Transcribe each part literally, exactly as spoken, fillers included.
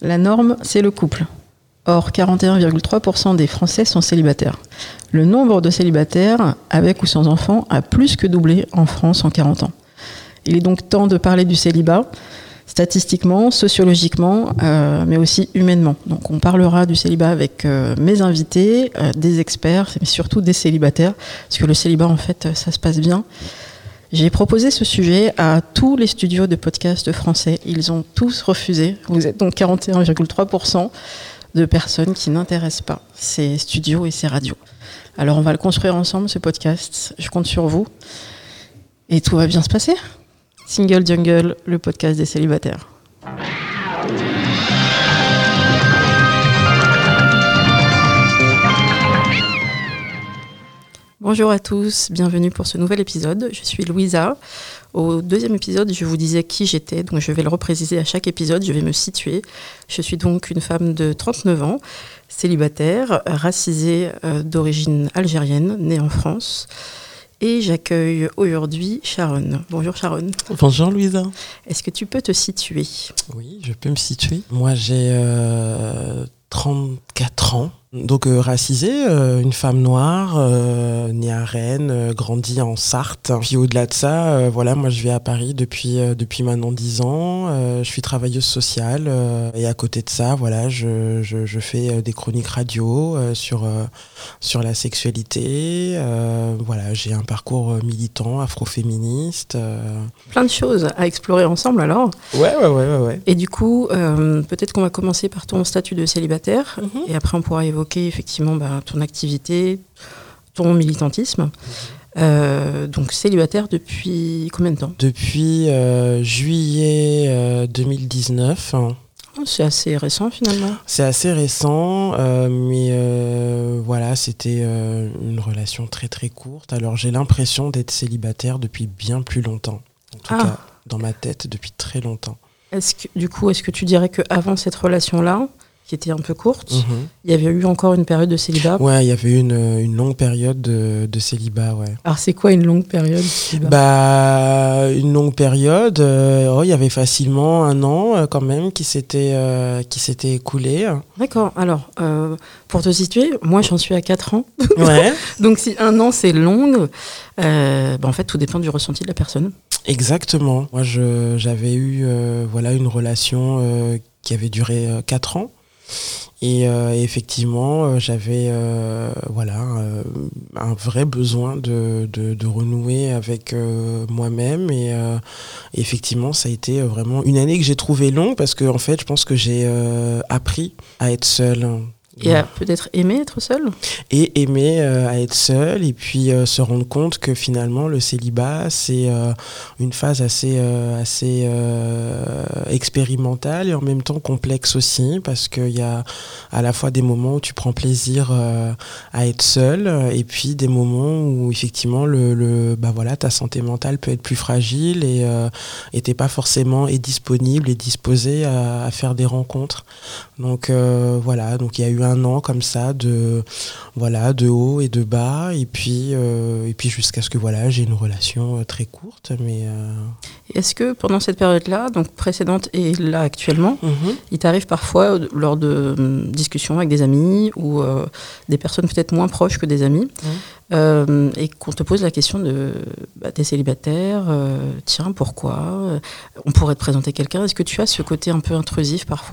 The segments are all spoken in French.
La norme, c'est le couple. Or, quarante et un virgule trois pour cent des Français sont célibataires. Le nombre de célibataires, avec ou sans enfants, a plus que doublé en France en quarante ans. Il est donc temps de parler du célibat, statistiquement, sociologiquement, euh, mais aussi humainement. Donc on parlera du célibat avec euh, mes invités, euh, des experts, mais surtout des célibataires, parce que le célibat, en fait, ça se passe bien. J'ai proposé ce sujet à tous les studios de podcasts français. Ils ont tous refusé. Vous êtes donc quarante et un virgule trois pour cent de personnes qui n'intéressent pas ces studios et ces radios. Alors on va le construire ensemble, ce podcast. Je compte sur vous. Et tout va bien se passer. Single Jungle, le podcast des célibataires. Bonjour à tous, bienvenue pour ce nouvel épisode. Je suis Louisa. Au deuxième épisode, je vous disais qui j'étais, donc je vais le repréciser à chaque épisode, je vais me situer. Je suis donc une femme de trente-neuf ans, célibataire, racisée euh, d'origine algérienne, née en France. Et j'accueille aujourd'hui Sharon. Bonjour Sharon. Bonjour Louisa. Est-ce que tu peux te situer ? Oui, je peux me situer. Moi j'ai euh, trente-quatre ans. Donc euh, racisée, euh, une femme noire, euh, née à Rennes, euh, grandie en Sarthe. Puis au-delà de ça, euh, voilà, moi je vis à Paris depuis euh, depuis maintenant dix ans. Euh, je suis travailleuse sociale euh, et à côté de ça, voilà, je je, je fais euh, des chroniques radio euh, sur euh, sur la sexualité. Euh, voilà, j'ai un parcours militant, afroféministe. Euh... Plein de choses à explorer ensemble alors. Ouais, ouais, ouais, ouais. ouais. Et du coup, euh, peut-être qu'on va commencer par ton statut de célibataire, Mm-hmm. et après on pourra évoquer effectivement bah, ton activité, ton militantisme. Mm-hmm. Euh, donc célibataire depuis combien de temps ? Depuis euh, juillet euh, deux mille dix-neuf. C'est assez récent finalement. C'est assez récent, euh, mais euh, voilà, c'était euh, une relation très très courte. Alors j'ai l'impression d'être célibataire depuis bien plus longtemps. En tout ah. cas, dans ma tête, depuis très longtemps. Est-ce que, du coup, est-ce que tu dirais qu'avant cette relation-là, qui était un peu courte, Mm-hmm. il y avait eu encore une période de célibat ? Ouais, il y avait eu une, une longue période de, de célibat, ouais. Alors c'est quoi une longue période de célibat ? Bah, une longue période, euh, oh, il y avait facilement un an euh, quand même qui s'était, euh, qui s'était écoulé. D'accord, alors, euh, pour te situer, moi j'en suis à quatre ans. Ouais. Donc si un an c'est long, euh, bah, en fait tout dépend du ressenti de la personne. Exactement. Moi, je, j'avais eu euh, voilà, une relation euh, qui avait duré euh, quatre ans. Et euh, effectivement, euh, j'avais euh, voilà, euh, un vrai besoin de, de, de renouer avec euh, moi-même. Et euh, effectivement, ça a été vraiment une année que j'ai trouvée longue parce que en fait, je pense que j'ai euh, appris à être seule. Et à peut-être aimer être seule ? Et aimer euh, à être seule et puis euh, se rendre compte que finalement le célibat c'est euh, une phase assez, euh, assez euh, expérimentale et en même temps complexe aussi parce qu'il y a à la fois des moments où tu prends plaisir euh, à être seule et puis des moments où effectivement le, le, bah voilà, ta santé mentale peut être plus fragile et euh, et t'es pas forcément et disponible et disposé à, à faire des rencontres. Donc euh, voilà, donc il y a eu un an comme ça de voilà de haut et de bas et puis euh, et puis jusqu'à ce que voilà j'ai une relation euh, très courte mais euh... Est-ce que pendant cette période-là, donc précédente et là actuellement, mm-hmm. il t'arrive parfois lors de euh, discussions avec des amis ou euh, des personnes peut-être moins proches que des amis mm. euh, et qu'on te pose la question de bah, t'es célibataire, euh, tiens pourquoi euh, on pourrait te présenter quelqu'un. Est-ce que tu as ce côté un peu intrusif parfois ?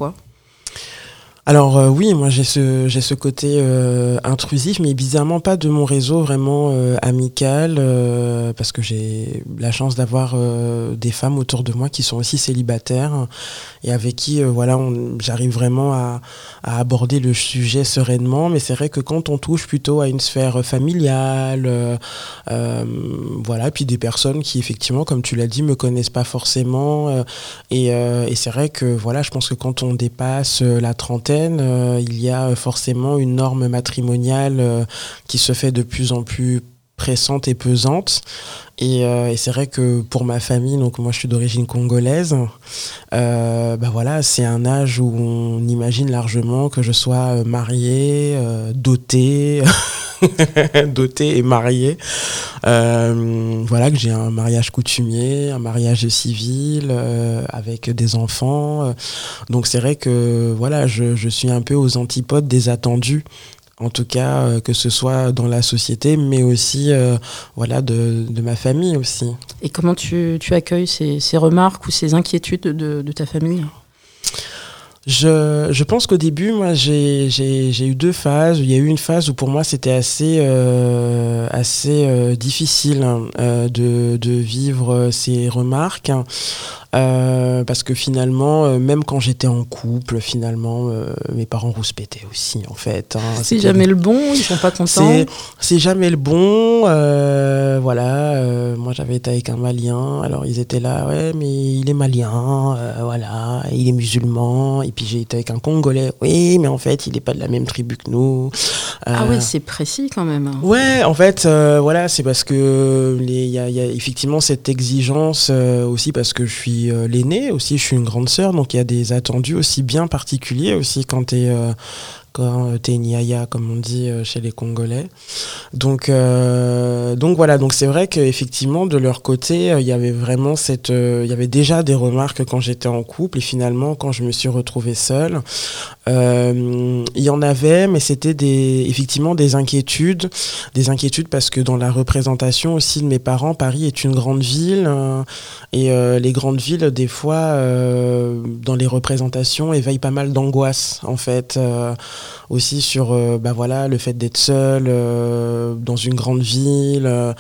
Alors euh, oui, moi j'ai ce j'ai ce côté euh, intrusif, mais bizarrement pas de mon réseau vraiment euh, amical, euh, parce que j'ai la chance d'avoir euh, des femmes autour de moi qui sont aussi célibataires et avec qui euh, voilà on, j'arrive vraiment à, à aborder le sujet sereinement. Mais c'est vrai que quand on touche plutôt à une sphère familiale, euh, euh, voilà, puis des personnes qui effectivement, comme tu l'as dit, me connaissent pas forcément, euh, et, euh, et c'est vrai que voilà, je pense que quand on dépasse la trentaine, Euh, il y a forcément une norme matrimoniale euh, qui se fait de plus en plus pressante et pesante. Et, euh, et c'est vrai que pour ma famille, donc moi je suis d'origine congolaise, euh, bah voilà, c'est un âge où on imagine largement que je sois mariée, euh, dotée, dotée et mariée. Euh, voilà, que j'ai un mariage coutumier, un mariage civil, euh, avec des enfants. Donc c'est vrai que voilà, je, je suis un peu aux antipodes des attendus. En tout cas, euh, que ce soit dans la société, mais aussi euh, voilà, de, de ma famille aussi. Et comment tu, tu accueilles ces, ces remarques ou ces inquiétudes de, de ta famille ? Je, je pense qu'au début, moi, j'ai, j'ai, j'ai eu deux phases. Il y a eu une phase où pour moi, c'était assez, euh, assez euh, difficile hein, euh, de, de vivre ces remarques. Euh, parce que finalement, euh, même quand j'étais en couple, finalement, euh, mes parents rouspétaient aussi, en fait. Hein. C'est C'était jamais le bon, ils sont pas contents. C'est, c'est jamais le bon. Euh, voilà, euh, moi j'avais été avec un Malien, alors ils étaient là, ouais, mais il est malien, euh, voilà, il est musulman. Et puis j'ai été avec un Congolais, oui, mais en fait, il est pas de la même tribu que nous. Euh, ah ouais, c'est précis quand même. Ouais, en fait, euh, voilà, c'est parce que il y a, y a effectivement cette exigence euh, aussi parce que je suis Euh, l'aînée aussi, je suis une grande sœur, donc il y a des attendus aussi bien particuliers aussi quand t'es euh, quand t'es une yaya comme on dit euh, chez les Congolais. Donc euh, donc voilà, donc c'est vrai qu'effectivement de leur côté il euh, y avait vraiment cette, il euh, y avait déjà des remarques quand j'étais en couple et finalement quand je me suis retrouvée seule, il euh, y en avait, mais c'était des effectivement des inquiétudes, des inquiétudes parce que dans la représentation aussi de mes parents, Paris est une grande ville euh, et euh, les grandes villes des fois euh, dans les représentations éveillent pas mal d'angoisse en fait. Euh, aussi sur euh, bah voilà, le fait d'être seul euh, dans une grande ville euh,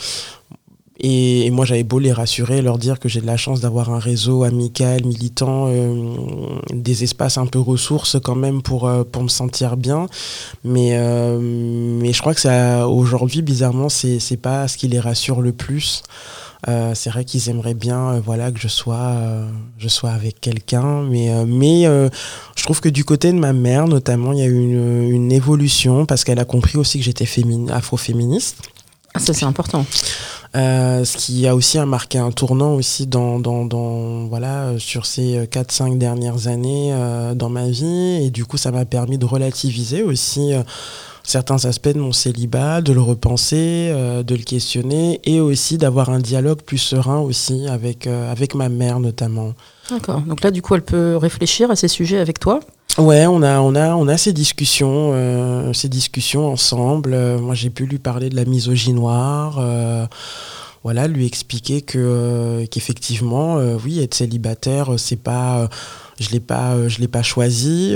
et, et moi j'avais beau les rassurer, leur dire que j'ai de la chance d'avoir un réseau amical, militant, euh, des espaces un peu ressources quand même pour, euh, pour me sentir bien, mais, euh, mais je crois que ça, aujourd'hui bizarrement c'est, c'est pas ce qui les rassure le plus. Euh, c'est vrai qu'ils aimeraient bien euh, voilà, que je sois, euh, je sois avec quelqu'un, mais, euh, mais euh, je trouve que du côté de ma mère, notamment, il y a eu une, une évolution parce qu'elle a compris aussi que j'étais fémini- afro-féministe. Ah, ça, c'est important. Euh, ce qui a aussi marqué un tournant aussi dans, dans, dans, voilà, sur ces quatre cinq dernières années euh, dans ma vie. Et du coup, ça m'a permis de relativiser aussi euh, certains aspects de mon célibat, de le repenser, euh, de le questionner et aussi d'avoir un dialogue plus serein aussi avec, euh, avec ma mère notamment. D'accord. Donc là, du coup, elle peut réfléchir à ces sujets avec toi ? Ouais, on a, on a, on a ces discussions, euh, ces discussions ensemble. Euh, moi, j'ai pu lui parler de la misogynoire, euh, voilà, lui expliquer que, euh, qu'effectivement, euh, oui, être célibataire, c'est pas, euh, je l'ai pas, euh, je l'ai pas choisi.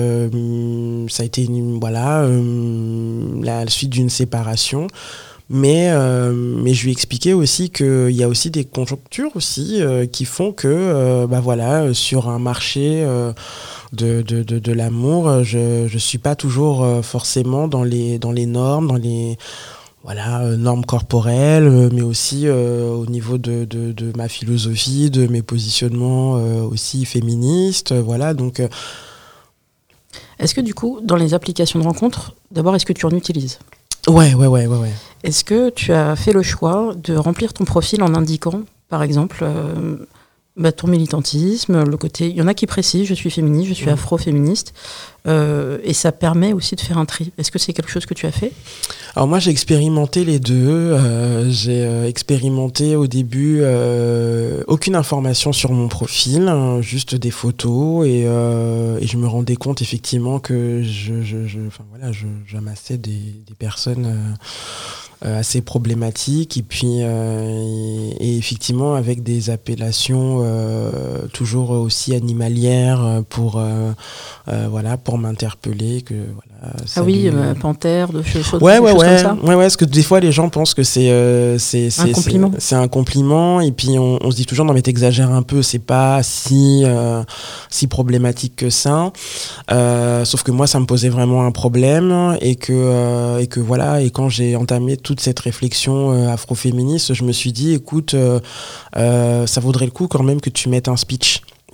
Euh, ça a été, une, voilà, euh, la suite d'une séparation. Mais, euh, mais je lui expliquais aussi qu'il y a aussi des conjonctures aussi euh, qui font que, euh, bah voilà, sur un marché euh, de, de, de, de l'amour, je ne suis pas toujours euh, forcément dans les, dans les normes, dans les voilà, euh, normes corporelles, euh, mais aussi euh, au niveau de, de, de ma philosophie, de mes positionnements euh, aussi féministes. Euh, voilà, donc, euh... Est-ce que du coup, dans les applications de rencontres, d'abord, est-ce que tu en utilises ? Ouais, ouais, ouais, ouais, ouais. Est-ce que tu as fait le choix de remplir ton profil en indiquant, par exemple, euh, bah, ton militantisme, le côté... Il y en a qui précisent, je suis féministe, je suis mmh. afro-féministe, euh, et ça permet aussi de faire un tri. Est-ce que c'est quelque chose que tu as fait ? Alors moi, j'ai expérimenté les deux. Euh, j'ai euh, expérimenté au début euh, aucune information sur mon profil, hein, juste des photos, et, euh, et je me rendais compte effectivement que je, je, je, enfin, voilà, je, j'amassais des, des personnes... Euh, Euh, assez problématique et puis euh, et, et effectivement avec des appellations euh, toujours aussi animalières pour euh, euh, voilà pour m'interpeller que voilà ah oui euh, panthère de choses ouais ouais choses ouais, comme ça. ouais ouais parce que des fois les gens pensent que c'est euh, c'est, c'est un compliment c'est, c'est un compliment et puis on, on se dit toujours non mais t'exagères un peu, c'est pas si euh, si problématique que ça euh, sauf que moi ça me posait vraiment un problème et que euh, et que voilà et quand j'ai entamé toute cette réflexion euh, afroféministe, je me suis dit écoute euh, euh, ça vaudrait le coup quand même que tu mettes un speech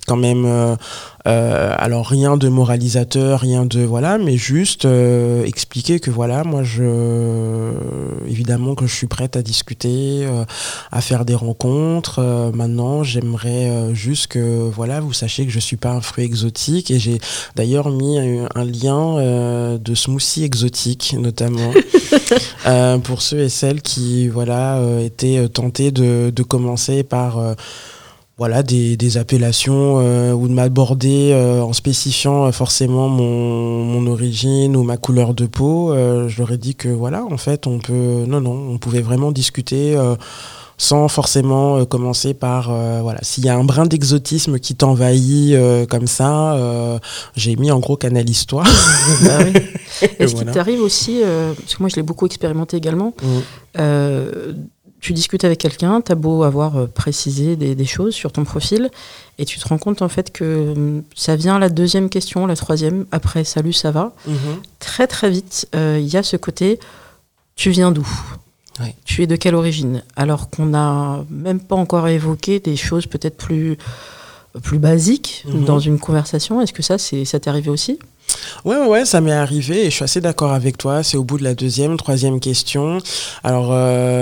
quand même, euh, euh, alors rien de moralisateur, rien de voilà, mais juste euh, expliquer que voilà, moi je, euh, évidemment que je suis prête à discuter, euh, à faire des rencontres. Euh, maintenant, j'aimerais euh, juste que voilà, vous sachiez que je suis pas un fruit exotique, et j'ai d'ailleurs mis un, un lien euh, de smoothie exotique notamment euh, pour ceux et celles qui voilà euh, étaient tentés de, de commencer par euh, voilà, des, des appellations euh, ou de m'aborder euh, en spécifiant euh, forcément mon, mon origine ou ma couleur de peau. Euh, je leur ai dit que voilà, en fait, on peut, non, non, on pouvait vraiment discuter euh, sans forcément euh, commencer par, euh, voilà, s'il y a un brin d'exotisme qui t'envahit euh, comme ça, euh, j'ai mis en gros canalise-toi. Bah oui. Est-ce voilà. qu'il t'arrive aussi, euh, parce que moi je l'ai beaucoup expérimenté également, mmh. euh, tu discutes avec quelqu'un, t'as beau avoir précisé des, des choses sur ton profil, et tu te rends compte en fait que ça vient la deuxième question, la troisième, après salut, ça va. Mm-hmm. Très très vite, il euh, y a ce côté, tu viens d'où ? Oui. Tu es de quelle origine ? Alors qu'on n'a même pas encore évoqué des choses peut-être plus, plus basiques mm-hmm. dans une conversation. Est-ce que ça, c'est, ça t'est arrivé aussi ? Ouais, ouais, ouais, ça m'est arrivé et je suis assez d'accord avec toi. C'est au bout de la deuxième, troisième question. Alors,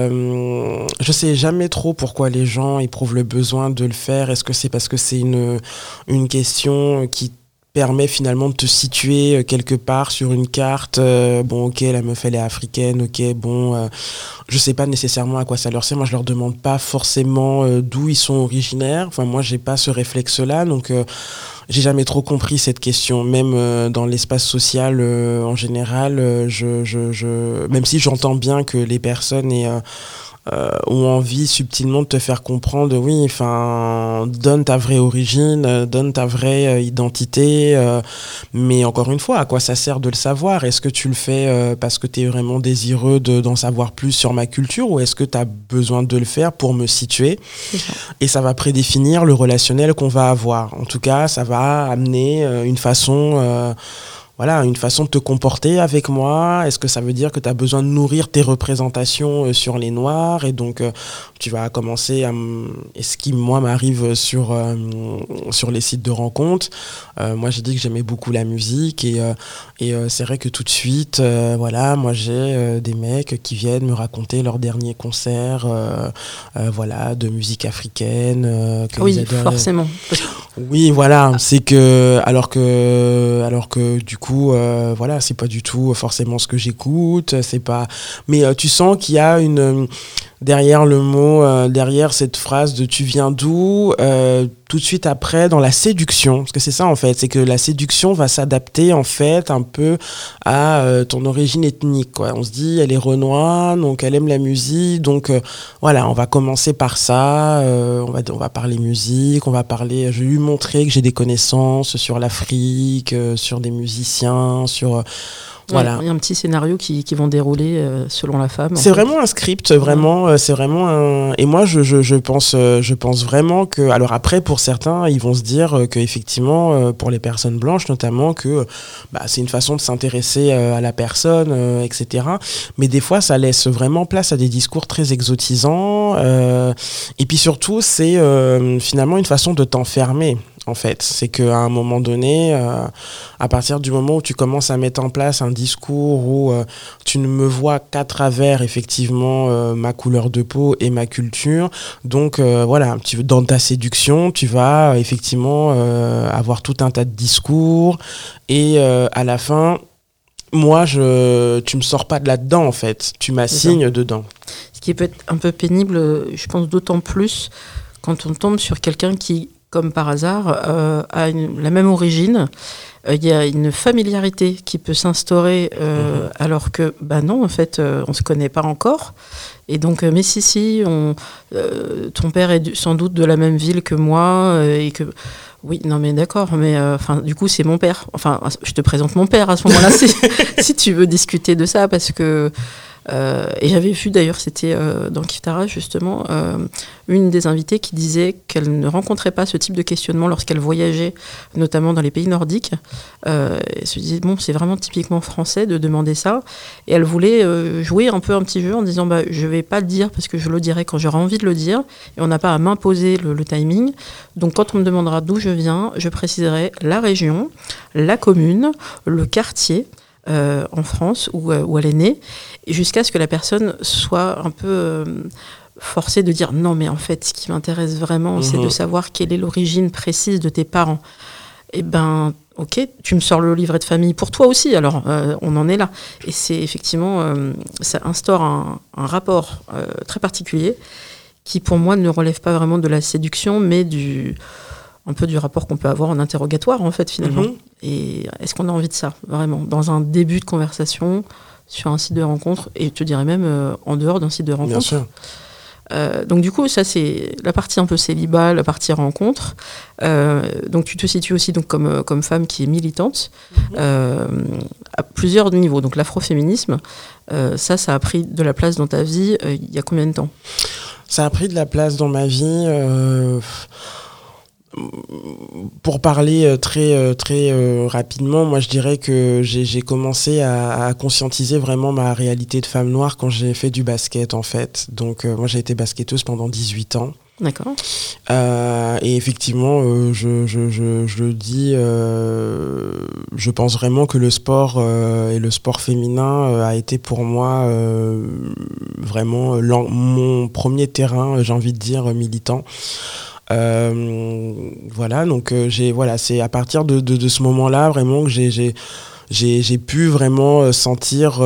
euh, je sais jamais trop pourquoi les gens éprouvent le besoin de le faire. Est-ce que c'est parce que c'est une, une question qui permet finalement de te situer quelque part sur une carte. Euh, bon, ok, la meuf, elle est africaine, ok, bon, euh, je sais pas nécessairement à quoi ça leur sert. Moi, je leur demande pas forcément euh, d'où ils sont originaires. Enfin, moi, j'ai pas ce réflexe-là, donc euh, j'ai jamais trop compris cette question. Même euh, dans l'espace social, euh, en général, euh, je, je, je, même si j'entends bien que les personnes aient... Euh, Euh, ont envie subtilement de te faire comprendre, oui, enfin, donne ta vraie origine, euh, donne ta vraie euh, identité, euh, mais encore une fois, à quoi ça sert de le savoir ? Est-ce que tu le fais euh, parce que tu es vraiment désireux de, d'en savoir plus sur ma culture, ou est-ce que tu as besoin de le faire pour me situer ? Et ça va prédéfinir le relationnel qu'on va avoir. En tout cas, ça va amener euh, une façon... Euh, Voilà, une façon de te comporter avec moi. Est-ce que ça veut dire que tu as besoin de nourrir tes représentations euh, sur les Noirs ? Et donc, euh, tu vas commencer à... M- et ce qui, moi, m'arrive sur, euh, sur les sites de rencontres. Euh, moi, j'ai dit que j'aimais beaucoup la musique. Et, euh, et euh, c'est vrai que tout de suite, euh, voilà, moi, j'ai euh, des mecs qui viennent me raconter leur dernier concert euh, euh, voilà, de musique africaine. Euh, que oui, ils adorent. forcément. Oui, voilà, c'est que... Alors que, alors que du coup, coup euh, voilà, c'est pas du tout forcément ce que j'écoute, c'est pas, mais euh, tu sens qu'il y a une euh, derrière le mot, euh, derrière cette phrase de tu viens d'où, euh, tout de suite après dans la séduction, parce que c'est ça en fait, c'est que la séduction va s'adapter en fait un peu à euh, ton origine ethnique, quoi. On se dit elle est renois, donc elle aime la musique, donc euh, voilà, on va commencer par ça, euh, on va on va parler musique, on va parler, je vais lui montrer que j'ai des connaissances sur l'Afrique, euh, sur des musiciens, sur euh, voilà. Il y a un petit scénario qui, qui vont dérouler euh, selon la femme. C'est vraiment un script, vraiment. Ouais. Euh, c'est vraiment un. Et moi, je, je, je pense, euh, je pense vraiment que. Alors après, pour certains, ils vont se dire euh, que effectivement, euh, pour les personnes blanches notamment, que bah, c'est une façon de s'intéresser euh, à la personne, euh, et cetera. Mais des fois, ça laisse vraiment place à des discours très exotisants. Euh, et puis surtout, c'est euh, finalement une façon de t'enfermer. En fait, c'est qu'à un moment donné, euh, à partir du moment où tu commences à mettre en place un discours où euh, tu ne me vois qu'à travers effectivement euh, ma couleur de peau et ma culture, donc euh, voilà, tu, dans ta séduction, tu vas euh, effectivement euh, avoir tout un tas de discours et euh, à la fin, moi, je, tu me sors pas de là-dedans en fait, tu m'assignes dedans. Ce qui peut être un peu pénible, je pense d'autant plus quand on tombe sur quelqu'un qui, comme par hasard, euh, a une, la même origine. Il euh, y a une familiarité qui peut s'instaurer euh, mmh. alors que, bah non, en fait, euh, on ne se connaît pas encore. Et donc, euh, mais si, si, on, euh, ton père est du, sans doute de la même ville que moi euh, et que... Oui, non mais d'accord, mais enfin euh, du coup c'est mon père. Enfin, je te présente mon père à ce moment-là si, si tu veux discuter de ça, parce que Euh, et j'avais vu d'ailleurs, c'était euh, dans Kiftara justement, euh, une des invitées qui disait qu'elle ne rencontrait pas ce type de questionnement lorsqu'elle voyageait, notamment dans les pays nordiques. Euh, elle se disait, bon, c'est vraiment typiquement français de demander ça. Et elle voulait euh, jouer un peu un petit jeu en disant, bah, je ne vais pas le dire parce que je le dirai quand j'aurai envie de le dire. Et on n'a pas à m'imposer le, le timing. Donc quand on me demandera d'où je viens, je préciserai la région, la commune, le quartier. Euh, en France où, euh, où elle est née, jusqu'à ce que la personne soit un peu euh, forcée de dire non mais en fait ce qui m'intéresse vraiment mmh. c'est de savoir quelle est l'origine précise de tes parents. Et ben ok, tu me sors le livret de famille pour toi aussi, alors euh, on en est là. Et c'est effectivement, euh, ça instaure un, un rapport euh, très particulier qui pour moi ne relève pas vraiment de la séduction mais du... un peu du rapport qu'on peut avoir en interrogatoire, en fait, finalement. Mmh. Et est-ce qu'on a envie de ça, vraiment, dans un début de conversation, sur un site de rencontre, et je te dirais même euh, en dehors d'un site de rencontre. Bien sûr. Euh, donc du coup, ça, c'est la partie un peu célibat, la partie rencontre. Euh, donc tu te situes aussi donc, comme, comme femme qui est militante, mmh. euh, à plusieurs niveaux. Donc l'afroféminisme, euh, ça, ça a pris de la place dans ta vie euh, il y a combien de temps ? Ça a pris de la place dans ma vie... Euh... Pour parler très, très euh, rapidement, moi je dirais que j'ai, j'ai commencé à, à conscientiser vraiment ma réalité de femme noire quand j'ai fait du basket en fait. Donc euh, moi j'ai été basketteuse pendant dix-huit ans. D'accord. Euh, et effectivement, euh, je, je, je, je le dis, euh, je pense vraiment que le sport euh, et le sport féminin euh, a été pour moi euh, vraiment mon premier terrain, j'ai envie de dire, militant. Euh, voilà, donc euh, j'ai voilà, c'est à partir de, de, de ce moment-là vraiment que j'ai j'ai j'ai, j'ai pu vraiment sentir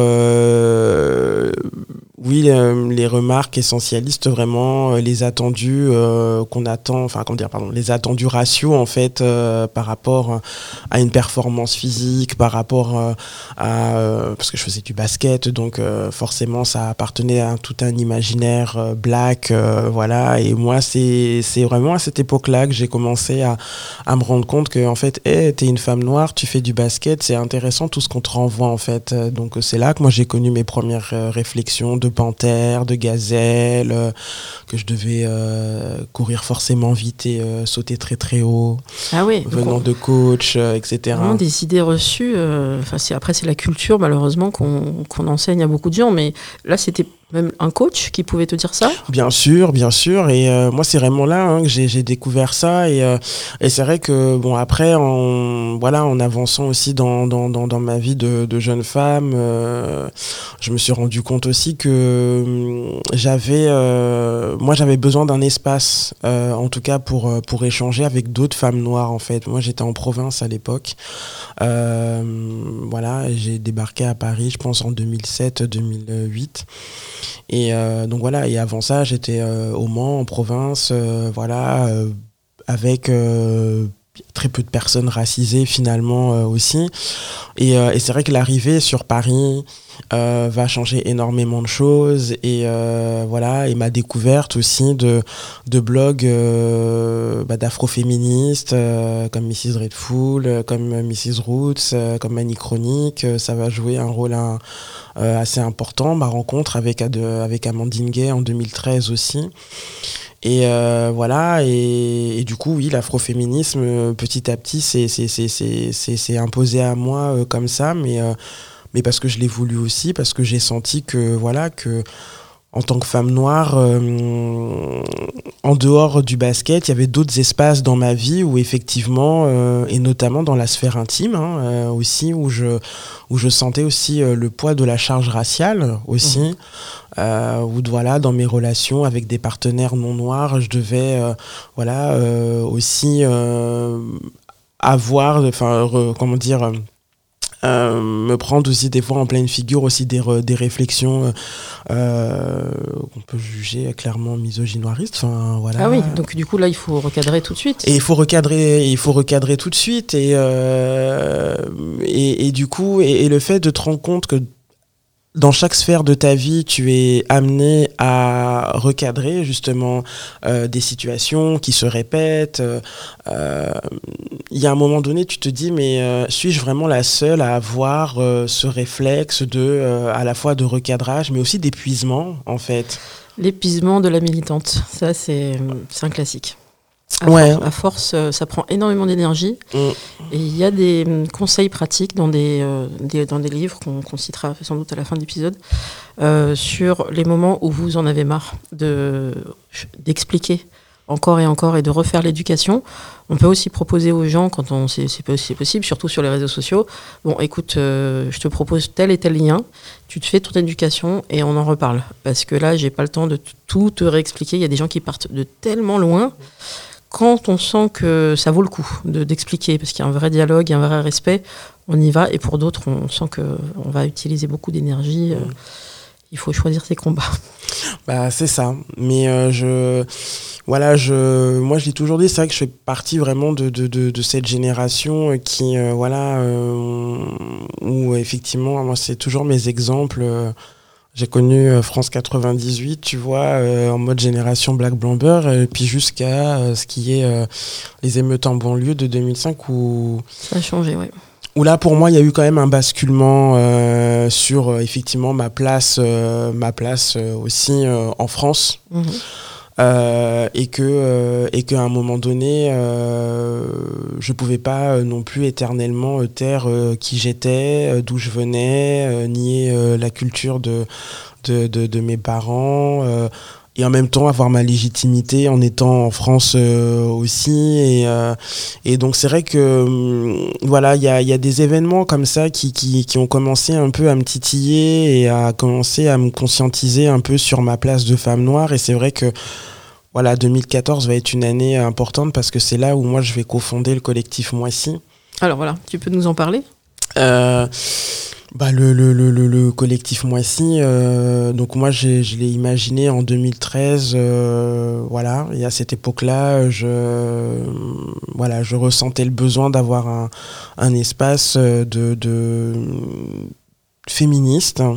euh, oui les, les remarques essentialistes, vraiment les attendus euh, qu'on attend, enfin comment dire pardon, les attendus ratios en fait euh, par rapport à une performance physique, par rapport euh, à euh, parce que je faisais du basket, donc euh, forcément ça appartenait à tout un imaginaire euh, black, euh, voilà. Et moi c'est c'est vraiment à cette époque-là que j'ai commencé à à me rendre compte que en fait, hey, t'es une femme noire, tu fais du basket, c'est intéressant tout ce qu'on te renvoie en fait. Donc c'est là que moi j'ai connu mes premières euh, réflexions de panthère, de gazelle, euh, que je devais euh, courir forcément vite et euh, sauter très très haut, ah oui, venant on... de coach, euh, et cetera. Vraiment des idées reçues. Euh, c'est, après c'est la culture malheureusement qu'on, qu'on enseigne à beaucoup de gens, mais là c'était même un coach qui pouvait te dire ça ? Bien sûr, bien sûr. Et euh, moi, c'est vraiment là hein, que j'ai, j'ai découvert ça. Et, euh, et c'est vrai que, bon, après, en, voilà, en avançant aussi dans, dans, dans, dans ma vie de, de jeune femme, euh, je me suis rendu compte aussi que euh, j'avais, euh, moi, j'avais besoin d'un espace, euh, en tout cas pour, pour échanger avec d'autres femmes noires, en fait. Moi, j'étais en province à l'époque. Euh, voilà, j'ai débarqué à Paris, je pense, en deux mille sept deux mille huit. Et euh, donc voilà, et avant ça j'étais euh, au Mans en province, euh, voilà, euh, avec euh, très peu de personnes racisées finalement euh, aussi. Et, euh, et c'est vrai que l'arrivée sur Paris euh, va changer énormément de choses. Et euh, voilà, et ma découverte aussi de, de blogs euh, bah, d'afroféministes euh, comme missus Redful, comme missus Roots, euh, comme Mani Chronique, euh, ça va jouer un rôle un, euh, assez important. Ma rencontre avec, avec Amandine Gay en deux mille treize aussi. Et euh, voilà, et, et du coup, oui, l'afroféminisme, petit à petit, c'est, c'est, c'est, c'est, c'est, c'est imposé à moi euh, comme ça, mais, euh, mais parce que je l'ai voulu aussi, parce que j'ai senti que, voilà, que en tant que femme noire, euh, en dehors du basket, il y avait d'autres espaces dans ma vie où effectivement, euh, et notamment dans la sphère intime hein, euh, aussi, où je, où je sentais aussi euh, le poids de la charge raciale aussi. Mmh. Euh, où voilà, dans mes relations avec des partenaires non noirs, je devais euh, voilà, euh, aussi euh, avoir, enfin, comment dire... Euh, me prendre aussi des fois en pleine figure aussi des, re, des réflexions euh, qu'on peut juger clairement misogynoiristes. Enfin, voilà. Ah oui, donc du coup là il faut recadrer tout de suite. Et il faut recadrer, il faut recadrer tout de suite. Et, euh, et, et du coup, et, et le fait de te rendre compte que dans chaque sphère de ta vie, tu es amené à recadrer justement euh, des situations qui se répètent. Il euh, y a un moment donné, tu te dis, mais euh, suis-je vraiment la seule à avoir euh, ce réflexe de, euh, à la fois de recadrage, mais aussi d'épuisement, en fait? L'épuisement de la militante, ça c'est, c'est un classique. À, ouais. force, à force, ça prend énormément d'énergie. Mm. Et il y a des conseils pratiques dans des, euh, des, dans des livres qu'on, qu'on citera sans doute à la fin de l'épisode euh, sur les moments où vous en avez marre de, d'expliquer encore et encore et de refaire l'éducation. On peut aussi proposer aux gens, quand on, c'est, c'est, c'est possible, surtout sur les réseaux sociaux, bon écoute, euh, je te propose tel et tel lien, tu te fais ton éducation et on en reparle. Parce que là, j'ai pas le temps de t- tout te réexpliquer. Il y a des gens qui partent de tellement loin. Quand on sent que ça vaut le coup de, d'expliquer, parce qu'il y a un vrai dialogue, il y a un vrai respect, on y va. Et pour d'autres, on sent qu'on va utiliser beaucoup d'énergie. Euh, il faut choisir ses combats. Bah, c'est ça. Mais euh, je... Voilà, je, moi je l'ai toujours dit, c'est vrai que je fais partie vraiment de, de, de, de cette génération qui, euh, voilà, euh, où effectivement, moi c'est toujours mes exemples. Euh, j'ai connu euh, France quatre-vingt-dix-huit, tu vois, euh, en mode génération Black Blanc Beurre, et puis jusqu'à euh, ce qui est euh, les émeutes en banlieue de deux mille cinq où... Ça a changé, oui. Où là, pour moi, il y a eu quand même un basculement euh, sur euh, effectivement ma place, euh, ma place euh, aussi euh, en France. Mmh. Euh, et que euh, et qu'à un moment donné euh, je pouvais pas euh, non plus éternellement euh, taire euh, qui j'étais, euh, d'où je venais, euh, nier euh, la culture de de, de, de mes parents euh, et en même temps avoir ma légitimité en étant en France euh, aussi et euh, et donc c'est vrai que euh, voilà il y a il y a des événements comme ça qui qui qui ont commencé un peu à me titiller et à commencer à me conscientiser un peu sur ma place de femme noire et c'est vrai que voilà, deux mille quatorze va être une année importante parce que c'est là où moi je vais cofonder le collectif Moissy. Alors voilà, tu peux nous en parler ? euh, bah le, le, le, le collectif Moissy, euh, donc moi j'ai, je l'ai imaginé en deux mille treize, euh, voilà, et à cette époque-là, je, voilà, je ressentais le besoin d'avoir un, un espace de, de féministe.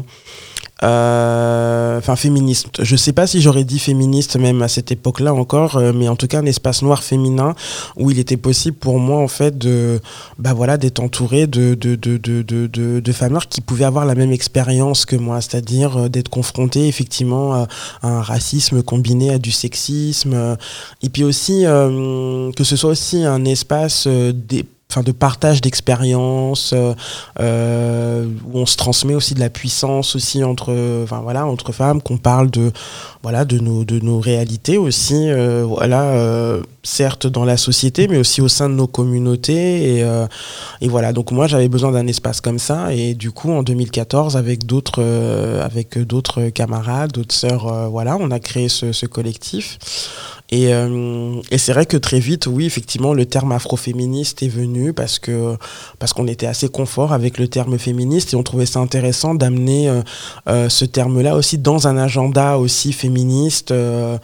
Euh, enfin féministe, je sais pas si j'aurais dit féministe même à cette époque-là encore, euh, mais en tout cas un espace noir féminin où il était possible pour moi en fait de bah voilà d'être entouré de de de de de, de, de femmes noires qui pouvaient avoir la même expérience que moi, c'est-à-dire euh, d'être confrontées effectivement euh, à un racisme combiné à du sexisme euh, et puis aussi euh, que ce soit aussi un espace euh, des Enfin, de partage d'expériences, euh, euh, où on se transmet aussi de la puissance aussi entre, enfin voilà, entre femmes, qu'on parle de, voilà, de nos, de nos réalités aussi, euh, voilà, euh, certes dans la société, mais aussi au sein de nos communautés, et, euh, et voilà. Donc moi, j'avais besoin d'un espace comme ça, et du coup, en deux mille quatorze, avec d'autres, euh, avec d'autres camarades, d'autres sœurs, euh, voilà, on a créé ce, ce collectif. Et, euh, et c'est vrai que très vite, oui, effectivement, le terme afroféministe est venu parce que parce qu'on était assez confort avec le terme féministe et on trouvait ça intéressant d'amener euh, euh, ce terme-là aussi dans un agenda aussi féministe, euh,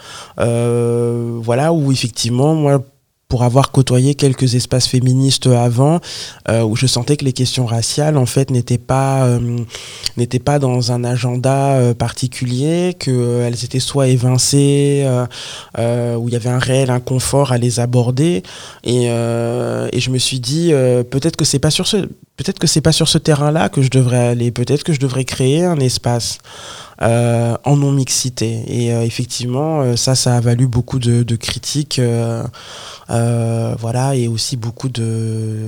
euh, voilà, où effectivement, moi, pour avoir côtoyé quelques espaces féministes avant, euh, où je sentais que les questions raciales, en fait, n'étaient pas, euh, n'étaient pas dans un agenda euh, particulier, qu'elles euh, étaient soit évincées, euh, euh, où il y avait un réel inconfort à les aborder. Et, euh, et je me suis dit, euh, peut-être que c'est pas sur ce, peut-être que c'est pas sur ce terrain-là que je devrais aller. Peut-être que je devrais créer un espace. Euh, en non-mixité. Et euh, effectivement, euh, ça, ça a valu beaucoup de, de critiques, euh, euh, voilà, et aussi beaucoup de,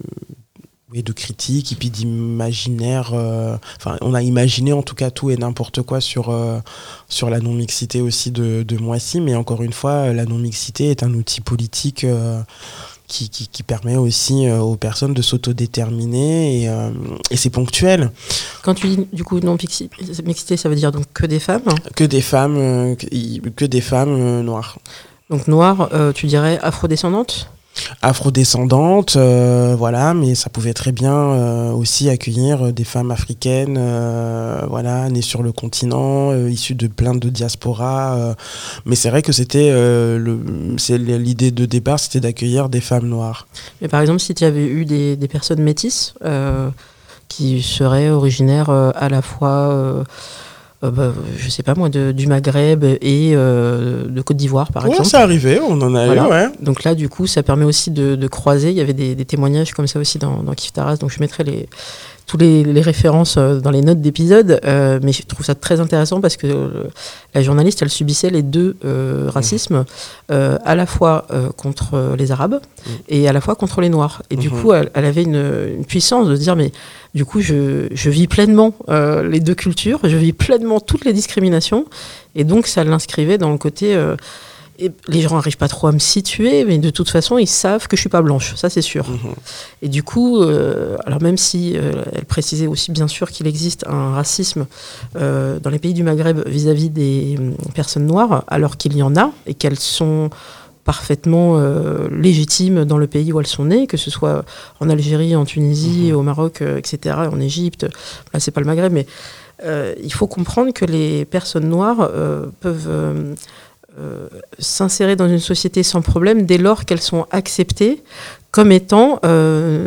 oui, de critiques et puis d'imaginaire. Euh, enfin, on a imaginé en tout cas tout et n'importe quoi sur, euh, sur la non-mixité aussi de, de Moissy, mais encore une fois, la non-mixité est un outil politique euh, Qui, qui, qui permet aussi euh, aux personnes de s'autodéterminer et, euh, et c'est ponctuel. Quand tu dis du coup non-mixité, ça veut dire donc que des femmes hein. Que des femmes, euh, que, que des femmes euh, noires. Donc noires, euh, tu dirais afrodescendantes ? Afrodescendantes, euh, voilà, mais ça pouvait très bien euh, aussi accueillir des femmes africaines, euh, voilà, nées sur le continent, euh, issues de plein de diasporas. Euh, mais c'est vrai que c'était euh, le, c'est l'idée de départ, c'était d'accueillir des femmes noires. Mais par exemple, si tu avais eu des, des personnes métisses, euh, qui seraient originaires euh, à la fois, euh, euh, bah, je sais pas moi, de, du Maghreb et euh, de Côte d'Ivoire, par ouais, exemple. c'est arrivé, on en a Voilà. eu, ouais. Donc là, du coup, ça permet aussi de, de croiser. Il y avait des, des témoignages comme ça aussi dans, dans Kif Taras, donc je mettrai les, tous les, les références dans les notes d'épisode, euh, mais je trouve ça très intéressant parce que euh, la journaliste, elle subissait les deux euh, racismes, euh, à la fois euh, contre les Arabes mmh. et à la fois contre les Noirs. Et mmh. du coup, elle, elle avait une, une puissance de se dire, mais du coup, je, je vis pleinement euh, les deux cultures, je vis pleinement toutes les discriminations, et donc ça l'inscrivait dans le côté... Euh, Et les gens n'arrivent pas trop à me situer, mais de toute façon, ils savent que je ne suis pas blanche, ça c'est sûr. Mmh. Et du coup, euh, alors même si euh, elle précisait aussi bien sûr qu'il existe un racisme euh, dans les pays du Maghreb vis-à-vis des euh, personnes noires, alors qu'il y en a, et qu'elles sont parfaitement euh, légitimes dans le pays où elles sont nées, que ce soit en Algérie, en Tunisie, mmh. au Maroc, euh, et cetera, en Égypte, là c'est pas le Maghreb, mais euh, il faut comprendre que les personnes noires euh, peuvent... Euh, Euh, s'insérer dans une société sans problème dès lors qu'elles sont acceptées comme étant euh,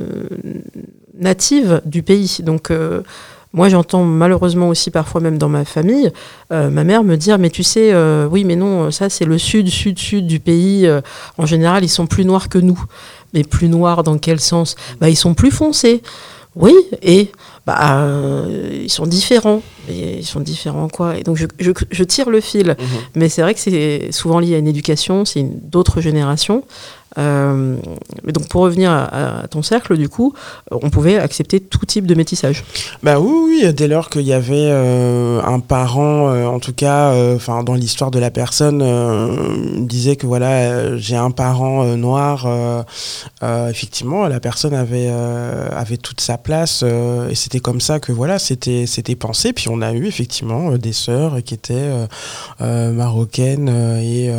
natives du pays. Donc euh, moi j'entends malheureusement aussi parfois même dans ma famille euh, ma mère me dire mais tu sais euh, oui mais non ça c'est le sud sud sud du pays euh, en général ils sont plus noirs que nous. Mais plus noirs dans quel sens? Bah ils sont plus foncés. Oui, et bah, euh, ils sont différents. Et ils sont différents, quoi. Et donc, je, je, je tire le fil. Mmh. Mais c'est vrai que c'est souvent lié à une éducation, c'est une, d'autres générations. Euh, mais donc, pour revenir à, à ton cercle, du coup, on pouvait accepter tout type de métissage. Bah oui, oui, dès lors qu'il y avait euh, un parent, euh, en tout cas, enfin euh, dans l'histoire de la personne, euh, disait que voilà, euh, j'ai un parent euh, noir. Euh, euh, effectivement, la personne avait euh, avait toute sa place euh, et c'était comme ça que voilà, c'était c'était pensé. Puis on a eu effectivement euh, des sœurs qui étaient euh, euh, marocaines euh, et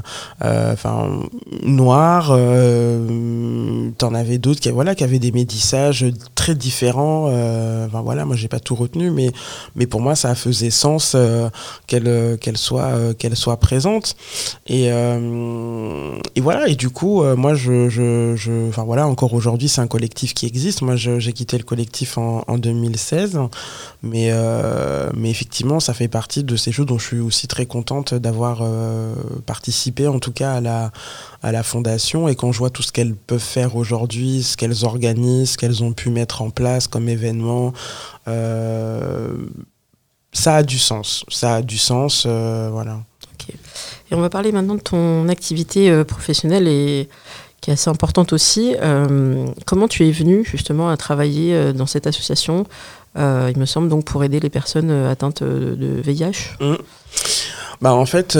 enfin euh, noires. Euh, t'en avais d'autres qui, voilà, qui avaient des métissages très différents. Euh, enfin, voilà, moi j'ai pas tout retenu, mais, mais pour moi ça faisait sens euh, qu'elle, qu'elle, soit, euh, qu'elle soit présente. Et, euh, et voilà, et du coup, euh, moi je, je, je, enfin voilà, encore aujourd'hui c'est un collectif qui existe. Moi je, j'ai quitté le collectif en, en deux mille seize, mais, euh, mais effectivement ça fait partie de ces choses dont je suis aussi très contente d'avoir euh, participé en tout cas à la, à la fondation. Et quand je vois tout ce qu'elles peuvent faire aujourd'hui, ce qu'elles organisent, ce qu'elles ont pu mettre en place comme événement, euh, ça a du sens. Ça a du sens, euh, voilà. Okay. Et on va parler maintenant de ton activité euh, professionnelle et qui est assez importante aussi. Euh, comment tu es venue justement à travailler euh, dans cette association, euh, il me semble, donc pour aider les personnes euh, atteintes de, de V I H? Mmh. Bah en fait,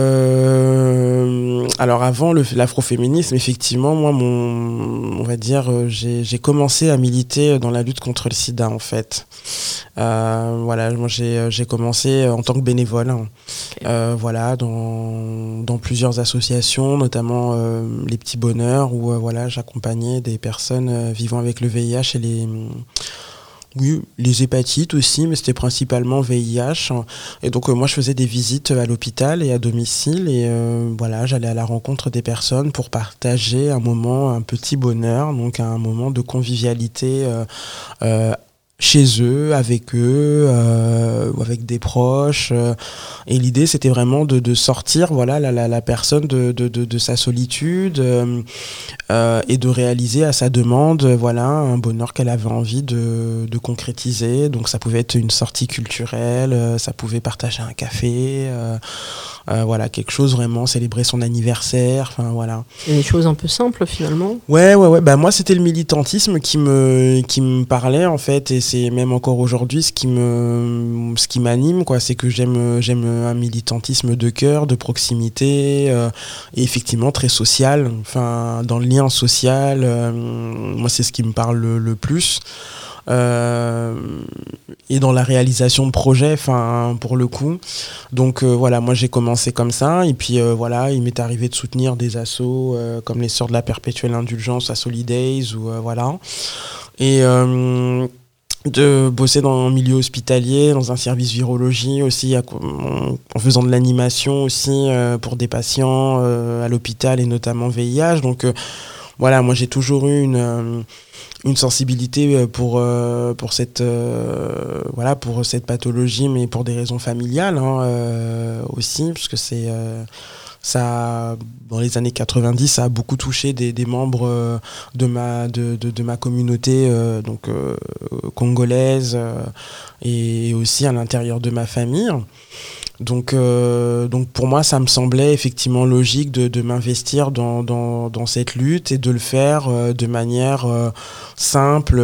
euh, alors avant le, l'afroféminisme, effectivement, moi, mon, on va dire, euh, j'ai, j'ai commencé à militer dans la lutte contre le sida, en fait. Euh, voilà, moi j'ai, j'ai commencé en tant que bénévole, hein. Okay. Euh, voilà, dans, dans plusieurs associations, notamment euh, les Petits Bonheurs, où euh, voilà, j'accompagnais des personnes euh, vivant avec le V I H et les Oui, les hépatites aussi, mais c'était principalement V I H. Et donc, euh, moi, je faisais des visites à l'hôpital et à domicile. Et euh, voilà, j'allais à la rencontre des personnes pour partager un moment, un petit bonheur, donc un moment de convivialité euh, euh, chez eux, avec eux, euh, ou avec des proches. Euh, et l'idée, c'était vraiment de, de sortir voilà, la, la, la personne de, de, de, de sa solitude euh, euh, et de réaliser à sa demande voilà, un bonheur qu'elle avait envie de, de concrétiser. Donc ça pouvait être une sortie culturelle, euh, ça pouvait partager un café, euh, euh, voilà, quelque chose vraiment, célébrer son anniversaire. Enfin, voilà. Et des choses un peu simples finalement. Ouais, ouais, ouais. Bah, moi, c'était le militantisme qui me, qui me parlait en fait. Et c'est même encore aujourd'hui ce qui me, ce qui m'anime, quoi. C'est que j'aime, j'aime un militantisme de cœur, de proximité, euh, et effectivement très social. Enfin, dans le lien social, euh, moi, c'est ce qui me parle le, le plus. Euh, et dans la réalisation de projets, enfin pour le coup. Donc euh, voilà, moi j'ai commencé comme ça, et puis euh, voilà, il m'est arrivé de soutenir des assos euh, comme les Sœurs de la Perpétuelle Indulgence à Solidays ou euh, voilà. Et euh, de bosser dans un milieu hospitalier, dans un service virologie aussi, à, en, en faisant de l'animation aussi euh, pour des patients euh, à l'hôpital et notamment V I H. Donc euh, voilà, moi j'ai toujours eu une, euh, une sensibilité pour euh, pour cette euh, voilà pour cette pathologie, mais pour des raisons familiales hein, euh, aussi, parce que c'est euh, ça, dans les années quatre-vingt-dix, ça a beaucoup touché des, des membres euh, de ma de, de, de ma communauté euh, donc euh, congolaise euh, et aussi à l'intérieur de ma famille. Donc, euh, donc pour moi, ça me semblait effectivement logique de, de m'investir dans, dans, dans cette lutte et de le faire euh, de manière euh, simple,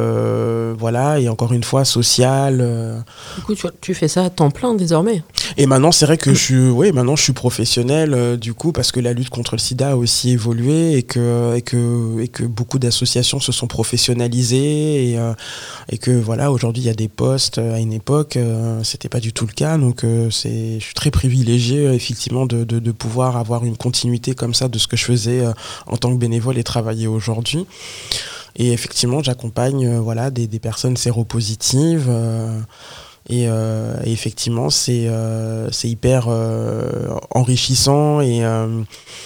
euh, voilà, et encore une fois sociale. Euh. Du coup, tu, tu fais ça à temps plein désormais. Et maintenant, c'est vrai que je suis, oui, maintenant je suis professionnel euh, du coup parce que la lutte contre le sida a aussi évolué et que et que et que beaucoup d'associations se sont professionnalisées et euh, et que voilà, aujourd'hui il y a des postes. À une époque, euh, c'était pas du tout le cas, donc euh, c'est, je suis très privilégié euh, effectivement de, de de pouvoir avoir une continuité comme ça de ce que je faisais euh, en tant que bénévole et travailler aujourd'hui. Et effectivement, j'accompagne euh, voilà des des personnes séropositives. Euh, Et, euh, et effectivement, c'est, euh, c'est hyper euh, enrichissant et, euh,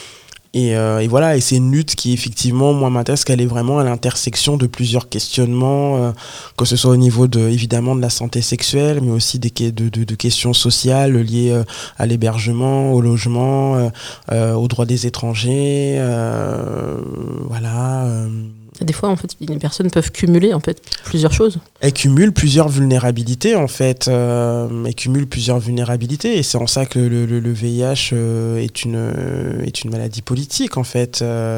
et, euh, et voilà. Et c'est une lutte qui, effectivement, moi, m'intéresse, qu'elle est vraiment à l'intersection de plusieurs questionnements, euh, que ce soit au niveau, de, évidemment, de la santé sexuelle, mais aussi des, de, de, de questions sociales liées euh, à l'hébergement, au logement, euh, euh, aux droits des étrangers, euh, voilà. Euh, Des fois, en fait, les personnes peuvent cumuler en fait plusieurs choses. Elles cumulent plusieurs vulnérabilités, en fait. Euh, elles cumulent plusieurs vulnérabilités, et c'est en ça que le, le, le V I H euh, est une est une maladie politique, en fait.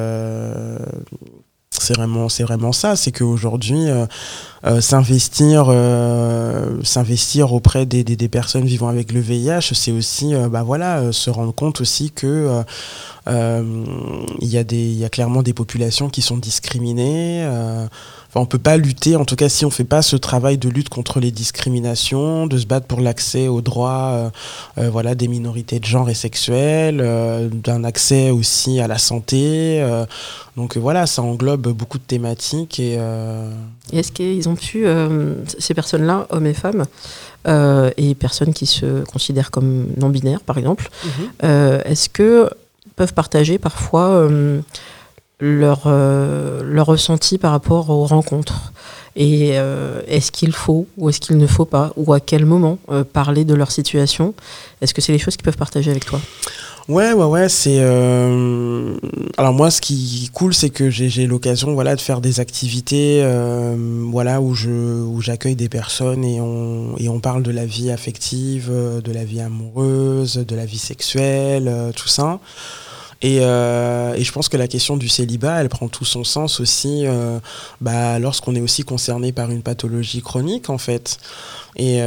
Euh, c'est vraiment c'est vraiment ça. C'est qu'aujourd'hui, euh, euh, s'investir euh, s'investir auprès des, des des personnes vivant avec le V I H, c'est aussi euh, bah voilà euh, se rendre compte aussi que euh, Euh, il y a des, il y a clairement des populations qui sont discriminées. Euh, enfin, on peut pas lutter, en tout cas si on fait pas ce travail de lutte contre les discriminations, de se battre pour l'accès aux droits, euh, euh, voilà, des minorités de genre et sexuelles, euh, d'un accès aussi à la santé. Euh, donc euh, voilà, ça englobe beaucoup de thématiques et. Euh... Et est-ce qu'ils ont pu, euh, ces personnes-là, hommes et femmes, euh, et personnes qui se considèrent comme non binaires, par exemple, mm-hmm. euh, est-ce que peuvent partager parfois euh, leur, euh, leur ressenti par rapport aux rencontres. Et euh, est-ce qu'il faut ou est-ce qu'il ne faut pas, ou à quel moment euh, parler de leur situation? Est-ce que c'est les choses qu'ils peuvent partager avec toi? Ouais, ouais, ouais, c'est... Euh... Alors moi, ce qui est cool, c'est que j'ai, j'ai l'occasion voilà, de faire des activités euh, voilà, où, je, où j'accueille des personnes et on, et on parle de la vie affective, de la vie amoureuse, de la vie sexuelle, euh, tout ça. Et, euh, et je pense que la question du célibat, elle prend tout son sens aussi euh, bah, lorsqu'on est aussi concerné par une pathologie chronique, en fait. Et,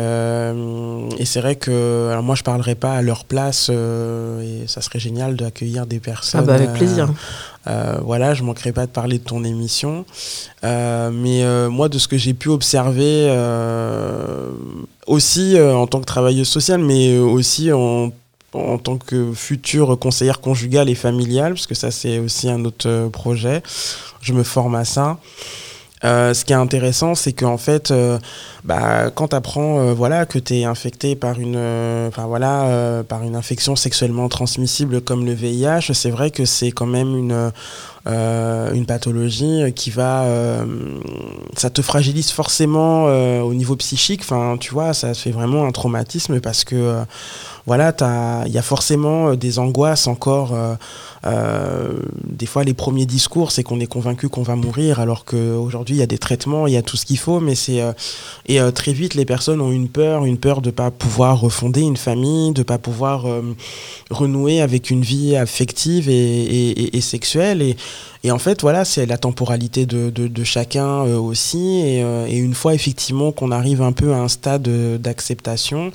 euh, et c'est vrai que alors moi je parlerai pas à leur place euh, et ça serait génial d'accueillir des personnes. Ah bah avec plaisir. Euh, euh, voilà, je manquerai pas de parler de ton émission. Euh, mais euh, moi de ce que j'ai pu observer euh, aussi euh, en tant que travailleuse sociale, mais aussi en en tant que future conseillère conjugale et familiale, parce que ça c'est aussi un autre euh, projet, je me forme à ça. Euh, ce qui est intéressant, c'est qu'en fait, euh, bah, quand tu apprends euh, voilà, que tu es infecté par une, euh, voilà, euh, par une infection sexuellement transmissible comme le V I H, c'est vrai que c'est quand même une, euh, une pathologie qui va... Euh, ça te fragilise forcément euh, au niveau psychique. Enfin, tu vois, ça fait vraiment un traumatisme parce que euh, voilà, il y a forcément des angoisses encore. Euh, euh, des fois, les premiers discours, c'est qu'on est convaincu qu'on va mourir, alors qu'aujourd'hui, il y a des traitements, il y a tout ce qu'il faut, mais c'est... Euh, et euh, très vite, les personnes ont une peur, une peur de ne pas pouvoir refonder une famille, de ne pas pouvoir euh, renouer avec une vie affective et, et, et, et sexuelle. Et, et en fait, voilà, c'est la temporalité de, de, de chacun euh, aussi. Et, euh, et une fois, effectivement, qu'on arrive un peu à un stade d'acceptation,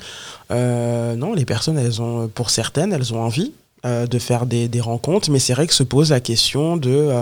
euh, non, les personnes, elles ont, pour certaines, elles ont envie euh, de faire des, des rencontres, mais c'est vrai que se pose la question de... Euh,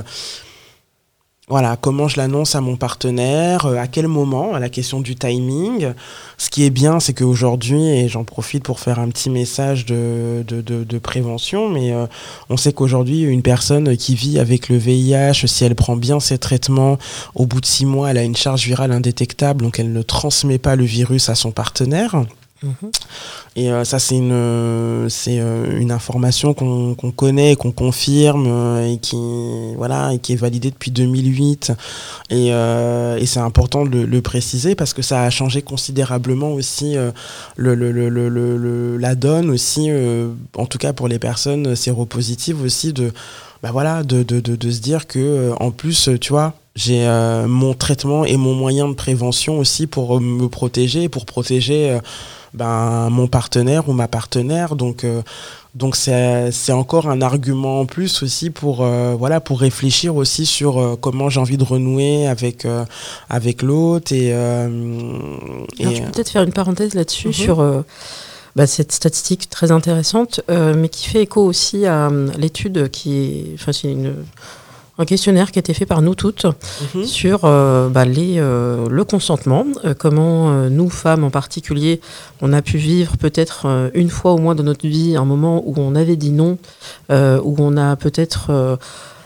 Voilà, comment je l'annonce à mon partenaire, euh, à quel moment, à la question du timing. Ce qui est bien, c'est qu'aujourd'hui, et j'en profite pour faire un petit message de, de, de, de prévention, mais euh, on sait qu'aujourd'hui, une personne qui vit avec le V I H, si elle prend bien ses traitements, au bout de six mois, elle a une charge virale indétectable, donc elle ne transmet pas le virus à son partenaire. Mmh. Et euh, ça, c'est une, c'est euh, une information qu'on, qu'on connaît, qu'on confirme euh, et qui, voilà, et qui est validée depuis deux mille huit. Et, euh, et c'est important de le, le préciser parce que ça a changé considérablement aussi euh, le, le, le, le, le, la donne aussi, euh, en tout cas pour les personnes séropositives aussi, de, bah voilà, de, de, de, de se dire que euh, en plus, tu vois, j'ai euh, mon traitement et mon moyen de prévention aussi pour euh, me protéger, pour protéger euh, ben, mon partenaire ou ma partenaire. Donc, euh, donc c'est, c'est encore un argument en plus aussi pour, euh, voilà, pour réfléchir aussi sur euh, comment j'ai envie de renouer avec, euh, avec l'autre. Et, euh, Alors, et, je peux peut-être faire une parenthèse là-dessus mm-hmm. sur euh, bah, cette statistique très intéressante, euh, mais qui fait écho aussi à euh, l'étude qui est... Enfin, c'est une... un questionnaire qui a été fait par nous toutes mmh. sur euh, bah, les, euh, le consentement, euh, comment euh, nous, femmes en particulier, on a pu vivre peut-être euh, une fois au moins dans notre vie un moment où on avait dit non, euh, où on a peut-être euh,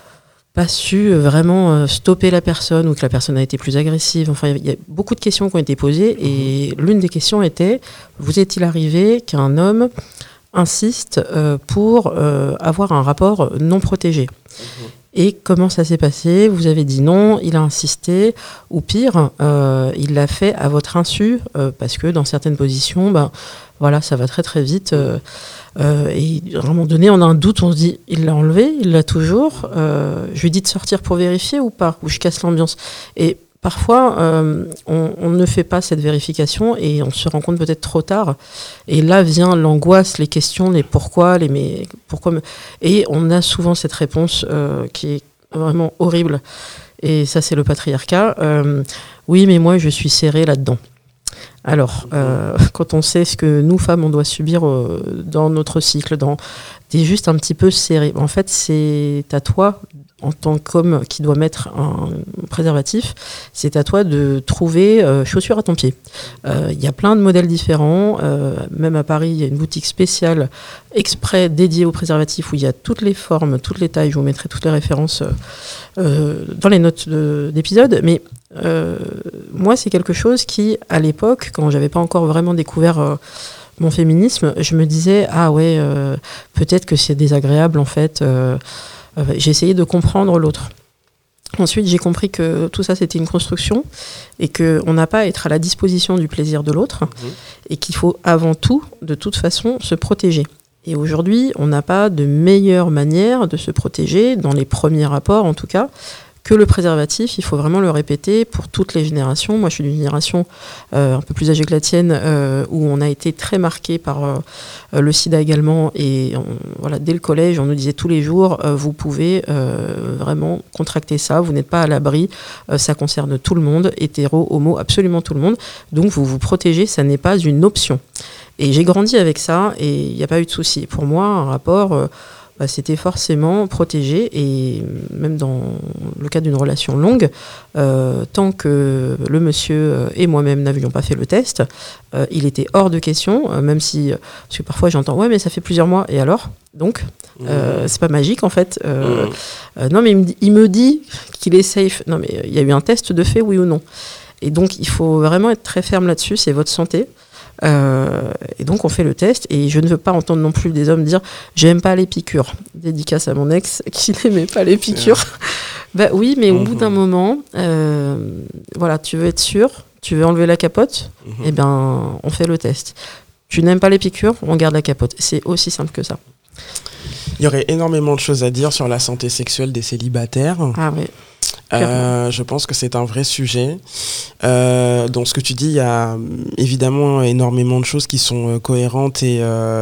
pas su vraiment euh, stopper la personne ou que la personne a été plus agressive. Enfin, il y a beaucoup de questions qui ont été posées mmh. et l'une des questions était, vous est-il arrivé qu'un homme insiste euh, pour euh, avoir un rapport non protégé mmh. Et comment ça s'est passé ? Vous avez dit non, il a insisté, ou pire, euh, il l'a fait à votre insu, euh, parce que dans certaines positions, ben, voilà, ça va très très vite. Euh, euh, et à un moment donné, on a un doute, on se dit, il l'a enlevé, il l'a toujours, euh, je lui dis de sortir pour vérifier ou pas, ou je casse l'ambiance. Et parfois, euh, on, on ne fait pas cette vérification et on se rend compte peut-être trop tard. Et là vient l'angoisse, les questions, les pourquoi, les mais, pourquoi. Me... Et on a souvent cette réponse euh, qui est vraiment horrible. Et ça, c'est le patriarcat. Euh, oui, mais moi, je suis serrée là-dedans. Alors, euh, quand on sait ce que nous, femmes, on doit subir euh, dans notre cycle, dans... t'es juste un petit peu serrée. En fait, c'est à toi en tant qu'homme qui doit mettre un préservatif, c'est à toi de trouver euh, chaussures à ton pied. Il euh, y a plein de modèles différents. Euh, même à Paris, il y a une boutique spéciale exprès dédiée aux préservatifs où il y a toutes les formes, toutes les tailles. Je vous mettrai toutes les références euh, dans les notes de, d'épisode. Mais euh, moi, c'est quelque chose qui, à l'époque, quand j'avais pas encore vraiment découvert euh, mon féminisme, je me disais, ah ouais, euh, peut-être que c'est désagréable en fait. Euh, euh, j'ai essayé de comprendre l'autre. Ensuite, j'ai compris que tout ça, c'était une construction et qu'on n'a pas à être à la disposition du plaisir de l'autre mmh. et qu'il faut avant tout, de toute façon, se protéger. Et aujourd'hui, on n'a pas de meilleure manière de se protéger, dans les premiers rapports en tout cas, que le préservatif. Il faut vraiment le répéter pour toutes les générations. Moi, je suis d'une génération euh, un peu plus âgée que la tienne, euh, où on a été très marqué par euh, le sida également. Et on, voilà, dès le collège, on nous disait tous les jours, euh, vous pouvez euh, vraiment contracter ça, vous n'êtes pas à l'abri, euh, ça concerne tout le monde, hétéro, homo, absolument tout le monde. Donc, vous vous protégez, ça n'est pas une option. Et j'ai grandi avec ça et il n'y a pas eu de souci. Pour moi, un rapport... Euh, Bah, c'était forcément protégé et même dans le cas d'une relation longue, euh, tant que le monsieur et moi-même n'avions pas fait le test, euh, il était hors de question, euh, même si, parce que parfois j'entends « ouais mais ça fait plusieurs mois et alors ?» Donc, euh, mmh. c'est pas magique en fait. Euh, mmh. euh, non mais il me, il me dit qu'il est safe. Non mais il y a eu un test de fait, oui ou non. Et donc il faut vraiment être très ferme là-dessus, c'est votre santé. Euh, et donc on fait le test et je ne veux pas entendre non plus des hommes dire j'aime pas les piqûres, dédicace à mon ex qui n'aimait pas les piqûres. Bah oui mais au mmh. bout d'un moment euh, voilà, tu veux être sûr, tu veux enlever la capote, mmh. et ben on fait le test. Tu n'aimes pas les piqûres, on garde la capote, c'est aussi simple que ça. Il y aurait énormément de choses à dire sur la santé sexuelle des célibataires. Ah oui. Euh, je pense que c'est un vrai sujet. Euh, dans ce que tu dis, il y a évidemment énormément de choses qui sont euh, cohérentes et,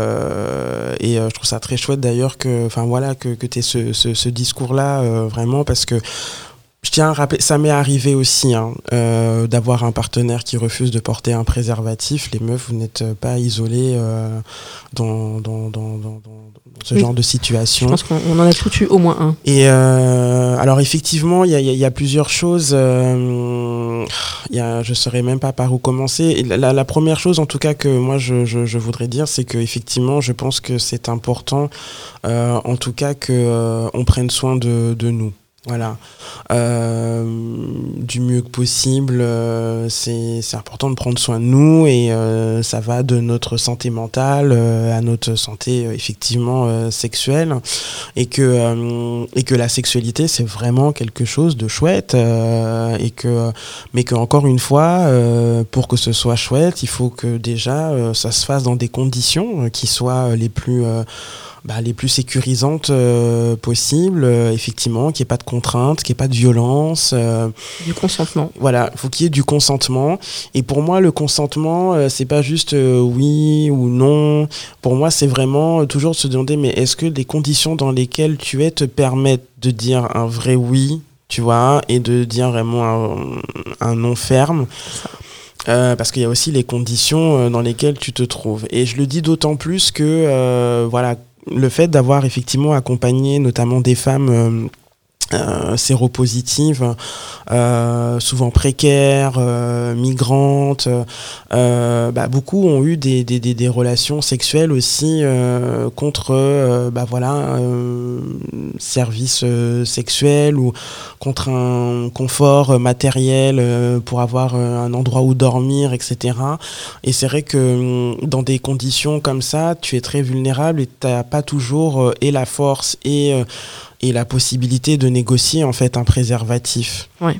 euh, et euh, je trouve ça très chouette d'ailleurs que, enfin voilà, que, que tu aies ce, ce, ce discours-là euh, vraiment parce que je tiens à rappeler, ça m'est arrivé aussi hein, euh, d'avoir un partenaire qui refuse de porter un préservatif. Les meufs, vous n'êtes pas isolées euh, dans, dans, dans, dans, dans ce oui. genre de situation. Je pense qu'on on en a tous eu au moins un. Et euh, alors effectivement, il y a, y, a, y a plusieurs choses. Euh, y a, je ne saurais même pas par où commencer. La, la première chose, en tout cas, que moi je, je, je voudrais dire, c'est que effectivement, je pense que c'est important, euh, en tout cas, que euh, on prenne soin de, de nous. Voilà, euh, du mieux que possible, euh, c'est, c'est important de prendre soin de nous et euh, ça va de notre santé mentale euh, à notre santé euh, effectivement euh, sexuelle et que, euh, et que la sexualité c'est vraiment quelque chose de chouette euh, et que, mais que encore une fois, euh, pour que ce soit chouette, il faut que déjà euh, ça se fasse dans des conditions euh, qui soient les plus... Euh, Bah, les plus sécurisantes euh, possibles, euh, effectivement, qu'il n'y ait pas de contraintes, qu'il n'y ait pas de violence. Euh, du consentement. Voilà, il faut qu'il y ait du consentement. Et pour moi, le consentement, euh, c'est pas juste euh, oui ou non. Pour moi, c'est vraiment euh, toujours se demander, mais est-ce que les conditions dans lesquelles tu es te permettent de dire un vrai oui, tu vois, et de dire vraiment un, un non ferme. Euh, parce qu'il y a aussi les conditions euh, dans lesquelles tu te trouves. Et je le dis d'autant plus que, euh, voilà, le fait d'avoir effectivement accompagné notamment des femmes euh, euh, séropositives, euh, souvent précaires, euh, migrantes, euh, bah, beaucoup ont eu des, des, des, des relations sexuelles aussi euh, contre euh, bah, voilà, euh, services euh, sexuels ou contre un confort matériel euh, pour avoir euh, un endroit où dormir, et cetera. Et c'est vrai que dans des conditions comme ça, tu es très vulnérable et tu n'as pas toujours euh, et la force et, euh, et la possibilité de négocier en fait un préservatif. Ouais.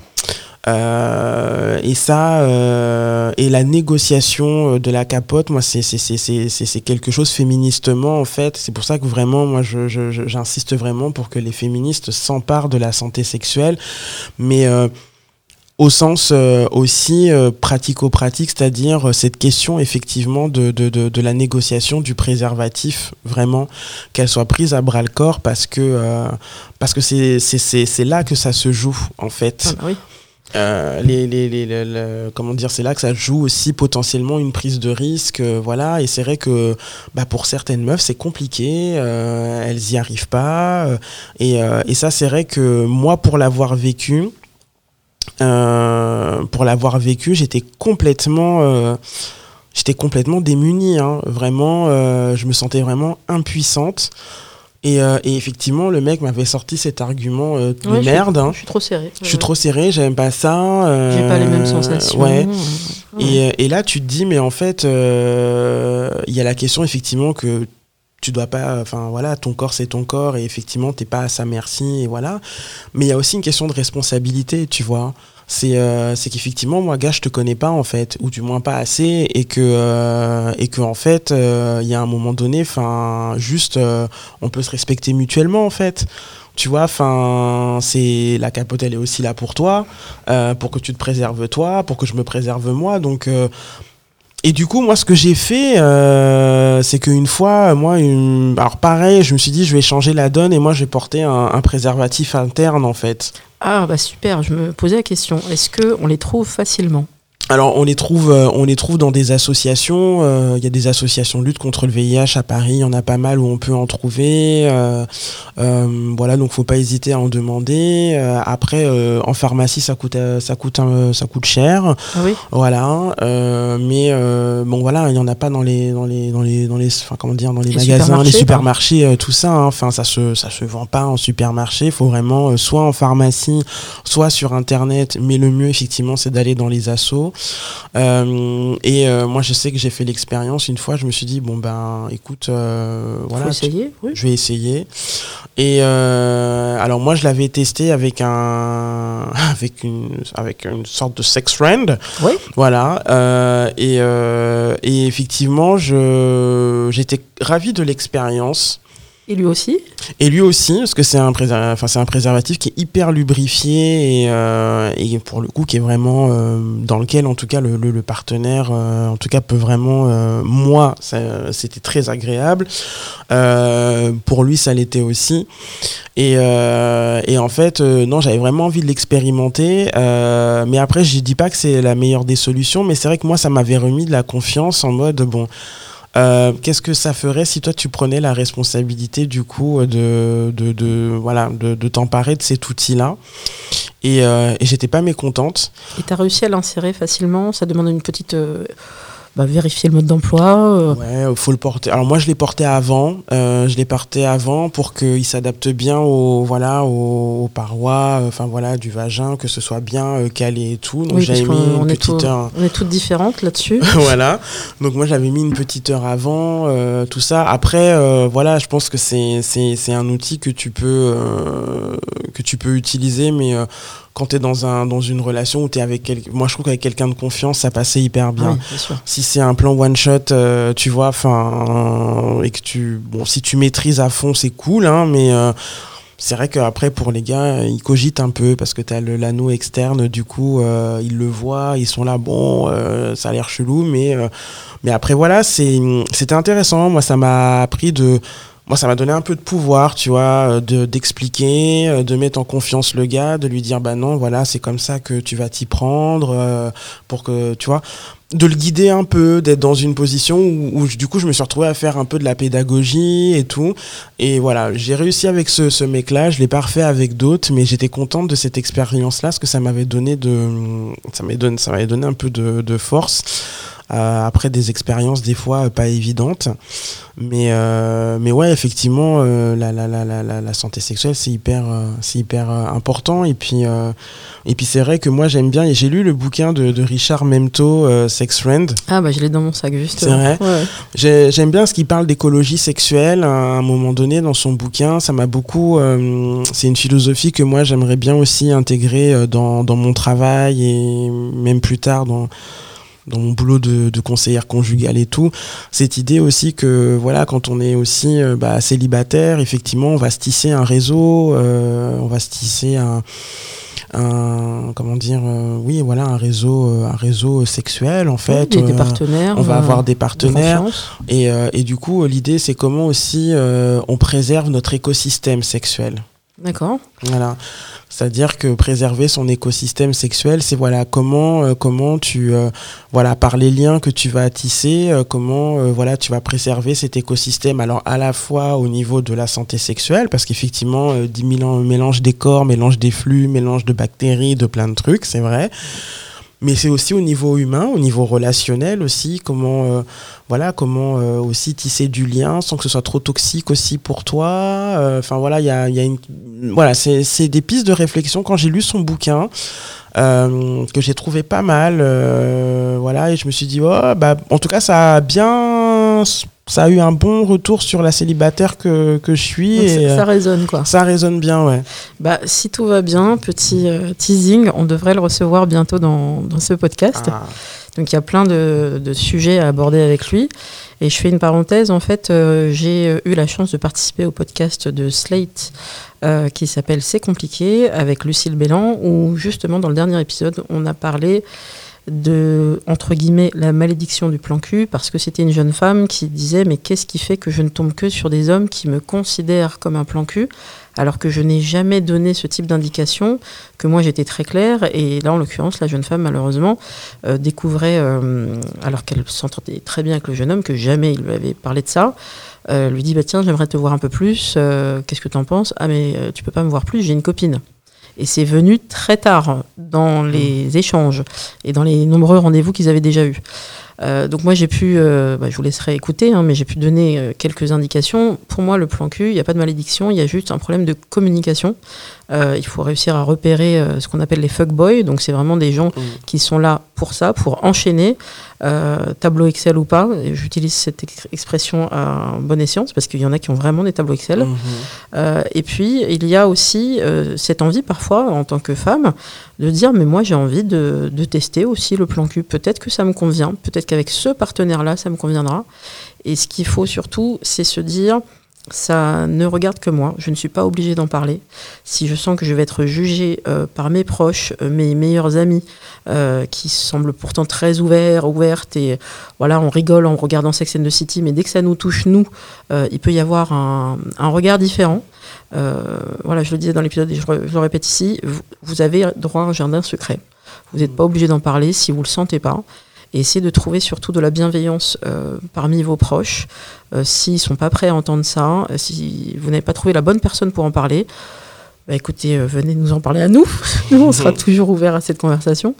Euh, et ça, euh, et la négociation de la capote, moi, c'est, c'est, c'est, c'est, c'est quelque chose féministement, en fait. C'est pour ça que vraiment, moi, je, je, je, j'insiste vraiment pour que les féministes s'emparent de la santé sexuelle, mais euh, au sens euh, aussi euh, pratico-pratique, c'est-à-dire euh, cette question, effectivement, de, de, de, de la négociation du préservatif, vraiment, qu'elle soit prise à bras-le-corps, parce que, euh, parce que c'est, c'est, c'est, c'est là que ça se joue, en fait. Ah bah oui. Euh, les, les, les, les, les, comment dire, c'est là que ça joue aussi potentiellement une prise de risque, euh, voilà. Et c'est vrai que bah, pour certaines meufs c'est compliqué, euh, elles y arrivent pas, euh, et, euh, et ça c'est vrai que moi pour l'avoir vécu, euh, pour l'avoir vécu, j'étais complètement, euh, j'étais complètement démunie, hein, vraiment, euh, je me sentais vraiment impuissante. Et, euh, et effectivement, le mec m'avait sorti cet argument euh, de ouais, merde. Je, hein. je suis trop serrée. Je suis trop serrée, j'aime pas ça. Euh, J'ai pas les mêmes sensations. Ouais. ouais. Et, et là, tu te dis, mais en fait, il euh, y a la question, effectivement, que tu dois pas. Enfin, voilà, ton corps, c'est ton corps, et effectivement, t'es pas à sa merci, et voilà. Mais il y a aussi une question de responsabilité, tu vois. C'est, euh, c'est qu'effectivement, moi, gars, je te connais pas, en fait, ou du moins pas assez, et que, euh, et que en fait, il euh, y a un moment donné, enfin, juste, euh, on peut se respecter mutuellement, en fait. Tu vois, enfin, c'est la capote, elle est aussi là pour toi, euh, pour que tu te préserves toi, pour que je me préserve moi, donc. Euh, Et du coup, moi, ce que j'ai fait, euh, c'est qu'une fois, moi, une... alors pareil, je me suis dit, je vais changer la donne, et moi, j'ai porté un, un préservatif interne, en fait. Ah, bah super, je me posais la question, est-ce qu'on les trouve facilement ? Alors on les trouve, euh, on les trouve dans des associations. Il euh, y a des associations de lutte contre le V I H à Paris. Il y en a pas mal où on peut en trouver. Euh, euh, voilà, donc faut pas hésiter à en demander. Euh, après, euh, en pharmacie, ça coûte, euh, ça coûte, un, ça coûte cher. Ah oui. Voilà. Euh, mais euh, bon, voilà, il y en a pas dans les, dans les, dans les, dans les, enfin comment dire, dans les, les magasins, les supermarchés, euh, tout ça. Enfin, hein, ça se, ça se vend pas en supermarché. Faut vraiment euh, soit en pharmacie, soit sur internet. Mais le mieux, effectivement, c'est d'aller dans les assos. Euh, et euh, moi je sais que j'ai fait l'expérience une fois, je me suis dit bon ben écoute euh, voilà, faut essayer, oui. Je vais essayer. Et euh, alors moi je l'avais testé avec un avec une avec une sorte de sex friend, oui. Voilà, euh, et euh, et effectivement je j'étais ravi de l'expérience. Et lui aussi. Et lui aussi, parce que c'est un, préser... enfin, c'est un préservatif qui est hyper lubrifié et, euh, et pour le coup qui est vraiment euh, dans lequel en tout cas le, le, le partenaire euh, en tout cas peut vraiment, euh, moi ça, c'était très agréable, euh, pour lui ça l'était aussi, et, euh, et en fait euh, non j'avais vraiment envie de l'expérimenter, euh, mais après je dis pas que c'est la meilleure des solutions, mais c'est vrai que moi ça m'avait remis de la confiance en mode bon. Euh, qu'est-ce que ça ferait si toi tu prenais la responsabilité du coup de, de, de, voilà, de, de t'emparer de cet outil-là, et, euh, et j'étais pas mécontente. Et tu as réussi à l'insérer facilement, ça demande une petite, euh, bah, vérifier le mode d'emploi. Euh... Ouais, faut le porter. Alors moi, je l'ai porté avant. Euh, je l'ai porté avant pour qu'il s'adapte bien aux, voilà, aux, aux parois, enfin voilà, du vagin, que ce soit bien euh, calé et tout. Donc oui, j'avais mis on, une est petite tout, heure. On est toutes différentes là-dessus. Voilà. Donc moi, j'avais mis une petite heure avant, euh, tout ça. Après, euh, voilà, je pense que c'est c'est c'est un outil que tu peux euh, que tu peux utiliser, mais euh, quand tu es dans, un, dans une relation où tu es avec quelqu'un... Moi, je trouve qu'avec quelqu'un de confiance, ça passait hyper bien. Oui, bien sûr. Si c'est un plan one-shot, euh, tu vois, enfin... Et que tu... Bon, si tu maîtrises à fond, c'est cool, hein, mais... Euh, c'est vrai qu'après, pour les gars, ils cogitent un peu parce que tu as l'anneau externe, du coup, euh, ils le voient, ils sont là, bon, euh, ça a l'air chelou, mais, euh, mais après, voilà, c'est, c'était intéressant. Moi, ça m'a appris de... Moi, ça m'a donné un peu de pouvoir, tu vois, de, d'expliquer, de mettre en confiance le gars, de lui dire, bah non, voilà, c'est comme ça que tu vas t'y prendre, euh, pour que, tu vois, de le guider un peu, d'être dans une position où, où, du coup, je me suis retrouvé à faire un peu de la pédagogie et tout. Et voilà, j'ai réussi avec ce, ce mec-là, je l'ai pas refait avec d'autres, mais j'étais contente de cette expérience-là, parce que ça m'avait donné de, ça m'avait donné, ça m'avait donné un peu de, de force. Euh, après des expériences des fois euh, pas évidentes, mais euh, mais ouais, effectivement, euh, la, la la la la santé sexuelle, c'est hyper euh, c'est hyper euh, important. Et puis euh, et puis c'est vrai que moi j'aime bien, et j'ai lu le bouquin de, de Richard Memto, euh, Sex Friend. Ah bah je l'ai dans mon sac juste. C'est vrai. Ouais. J'ai, j'aime bien ce qu'il parle d'écologie sexuelle à un moment donné dans son bouquin. Ça m'a beaucoup. Euh, c'est une philosophie que moi j'aimerais bien aussi intégrer dans dans mon travail et même plus tard dans dans mon boulot de, de conseillère conjugale et tout, cette idée aussi que voilà, quand on est aussi euh, bah, célibataire, effectivement, on va se tisser un réseau, euh, on va se tisser un, un comment dire, euh, oui, voilà, un réseau, euh, un réseau sexuel en fait. Oui, des, des partenaires. On va euh, avoir des partenaires. De et, euh, et du coup, l'idée, c'est comment aussi euh, on préserve notre écosystème sexuel. D'accord. Voilà. C'est-à-dire que préserver son écosystème sexuel, c'est voilà comment euh, comment tu euh, voilà par les liens que tu vas tisser, euh, comment euh, voilà tu vas préserver cet écosystème. Alors à la fois au niveau de la santé sexuelle, parce qu'effectivement euh, dix mille ans mélange des corps, mélange des flux, mélange de bactéries, de plein de trucs, c'est vrai. Mais c'est aussi au niveau humain, au niveau relationnel aussi, comment euh, voilà comment euh, aussi tisser du lien sans que ce soit trop toxique aussi pour toi. Enfin euh, voilà, il y a il y a une voilà, c'est c'est des pistes de réflexion quand j'ai lu son bouquin euh, que j'ai trouvé pas mal euh, voilà, et je me suis dit oh bah en tout cas ça a bien ça a eu un bon retour sur la célibataire que, que je suis. Donc et ça, ça résonne quoi. Ça résonne bien, ouais. Bah, si tout va bien, petit euh, teasing, on devrait le recevoir bientôt dans, dans ce podcast. Ah. Donc il y a plein de, de sujets à aborder avec lui. Et je fais une parenthèse, en fait, euh, j'ai eu la chance de participer au podcast de Slate euh, qui s'appelle C'est compliqué avec Lucille Bélan, où justement dans le dernier épisode, on a parlé de, entre guillemets, la malédiction du plan cul, parce que c'était une jeune femme qui disait mais qu'est-ce qui fait que je ne tombe que sur des hommes qui me considèrent comme un plan cul, alors que je n'ai jamais donné ce type d'indication, que moi j'étais très claire, et là en l'occurrence la jeune femme malheureusement euh, découvrait, euh, alors qu'elle s'entendait très bien avec le jeune homme, que jamais il lui avait parlé de ça, euh, lui dit bah tiens j'aimerais te voir un peu plus, euh, qu'est-ce que t'en penses? Ah mais euh, tu peux pas me voir plus, j'ai une copine. Et c'est venu très tard dans les mmh. échanges et dans les nombreux rendez-vous qu'ils avaient déjà eus. Euh, donc moi j'ai pu, euh, bah, je vous laisserai écouter, hein, mais j'ai pu donner euh, quelques indications. Pour moi le plan cul, il n'y a pas de malédiction, il y a juste un problème de communication. Euh, il faut réussir à repérer euh, ce qu'on appelle les fuckboys, donc c'est vraiment des gens mmh. qui sont là pour ça, pour enchaîner, euh, tableau Excel ou pas, et j'utilise cette ex- expression à bon escient, parce qu'il y en a qui ont vraiment des tableaux Excel. Mmh. Euh, et puis il y a aussi euh, cette envie parfois en tant que femme de dire mais moi j'ai envie de, de tester aussi le plan cul, peut-être que ça me convient, peut-être qu'avec ce partenaire-là ça me conviendra. Et ce qu'il faut surtout c'est se dire ça ne regarde que moi, je ne suis pas obligée d'en parler. Si je sens que je vais être jugée euh, par mes proches, euh, mes meilleurs amis, euh, qui semblent pourtant très ouverts, ouvertes, et voilà, on rigole en regardant Sex and the City, mais dès que ça nous touche, nous, euh, il peut y avoir un, un regard différent. Euh, voilà, je le disais dans l'épisode et je, re, je le répète ici, vous, vous avez droit à un jardin secret. Vous n'êtes pas obligé d'en parler si vous ne le sentez pas. Et essayez de trouver surtout de la bienveillance euh, parmi vos proches. Euh, s'ils ne sont pas prêts à entendre ça, euh, si vous n'avez pas trouvé la bonne personne pour en parler, bah écoutez, euh, venez nous en parler à nous. Nous, on sera toujours ouverts à cette conversation.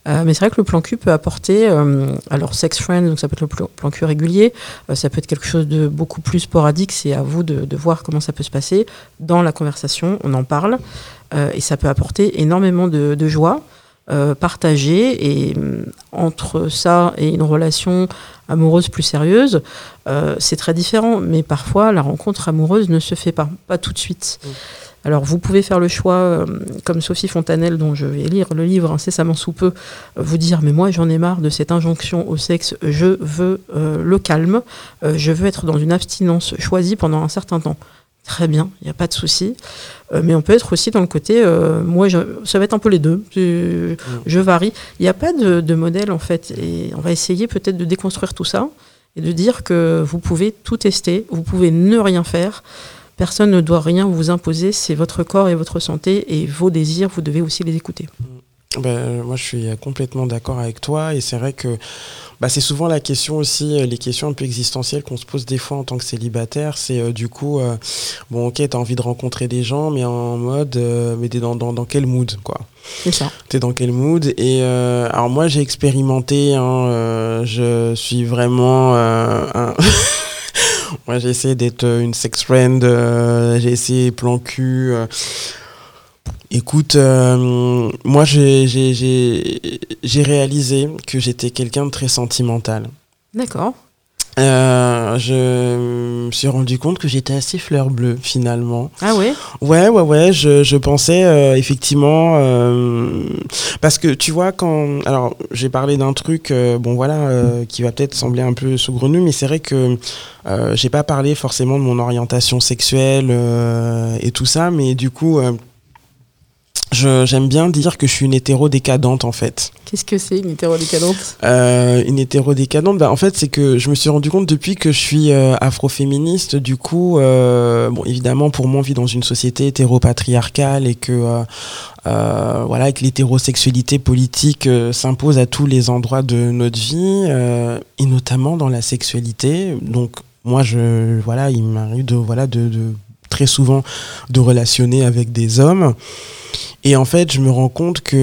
Euh, mais c'est vrai que le plan cul peut apporter, euh, alors sex friend, donc ça peut être le plan, plan cul régulier, euh, ça peut être quelque chose de beaucoup plus sporadique, c'est à vous de, de voir comment ça peut se passer. Dans la conversation, on en parle, euh, et ça peut apporter énormément de, de joie, euh, partagée, et euh, entre ça et une relation amoureuse plus sérieuse, euh, c'est très différent, mais parfois la rencontre amoureuse ne se fait pas, pas tout de suite. Mmh. Alors, vous pouvez faire le choix, euh, comme Sophie Fontanelle, dont je vais lire le livre incessamment sous peu, euh, vous dire « Mais moi, j'en ai marre de cette injonction au sexe, je veux euh, le calme, euh, je veux être dans une abstinence choisie pendant un certain temps. » Très bien, il n'y a pas de souci. Euh, mais on peut être aussi dans le côté euh, « Moi, je, ça va être un peu les deux, je, je varie. » Il n'y a pas de, de modèle, en fait. Et on va essayer peut-être de déconstruire tout ça et de dire que vous pouvez tout tester, vous pouvez ne rien faire. Personne ne doit rien vous imposer, c'est votre corps et votre santé, et vos désirs, vous devez aussi les écouter. Ben, moi, je suis complètement d'accord avec toi, et c'est vrai que bah, c'est souvent la question aussi, les questions un peu existentielles qu'on se pose des fois en tant que célibataire, c'est euh, du coup, euh, bon ok, t'as envie de rencontrer des gens, mais en mode, euh, mais t'es dans, dans, dans quel mood, quoi. C'est ça. T'es dans quel mood? Et euh, alors moi, j'ai expérimenté, hein, euh, je suis vraiment euh, un... Moi, j'ai essayé d'être une sex friend, euh, j'ai essayé plan cul. Euh. Écoute, euh, moi, j'ai, j'ai, j'ai, j'ai réalisé que j'étais quelqu'un de très sentimental. D'accord. Euh, je me suis rendu compte que j'étais assez fleur bleue, finalement. Ah ouais? Ouais, ouais, ouais, je, je pensais euh, effectivement... Euh, parce que, tu vois, quand... Alors, j'ai parlé d'un truc, euh, bon, voilà, euh, qui va peut-être sembler un peu saugrenu, mais c'est vrai que euh, j'ai pas parlé forcément de mon orientation sexuelle euh, et tout ça, mais du coup... Euh, Je, j'aime bien dire que je suis une hétéro-décadente, en fait. Qu'est-ce que c'est, une hétéro-décadente ? euh, Une hétéro-décadente, bah, en fait, c'est que je me suis rendu compte depuis que je suis euh, afroféministe, du coup, euh, bon, évidemment, pour moi, on vit dans une société hétéro-patriarcale et que, euh, euh, voilà, que l'hétérosexualité politique euh, s'impose à tous les endroits de notre vie, euh, et notamment dans la sexualité. Donc, moi, je, voilà, il m'arrive de, voilà, de, de très souvent de relationner avec des hommes. Et en fait, je me rends compte que,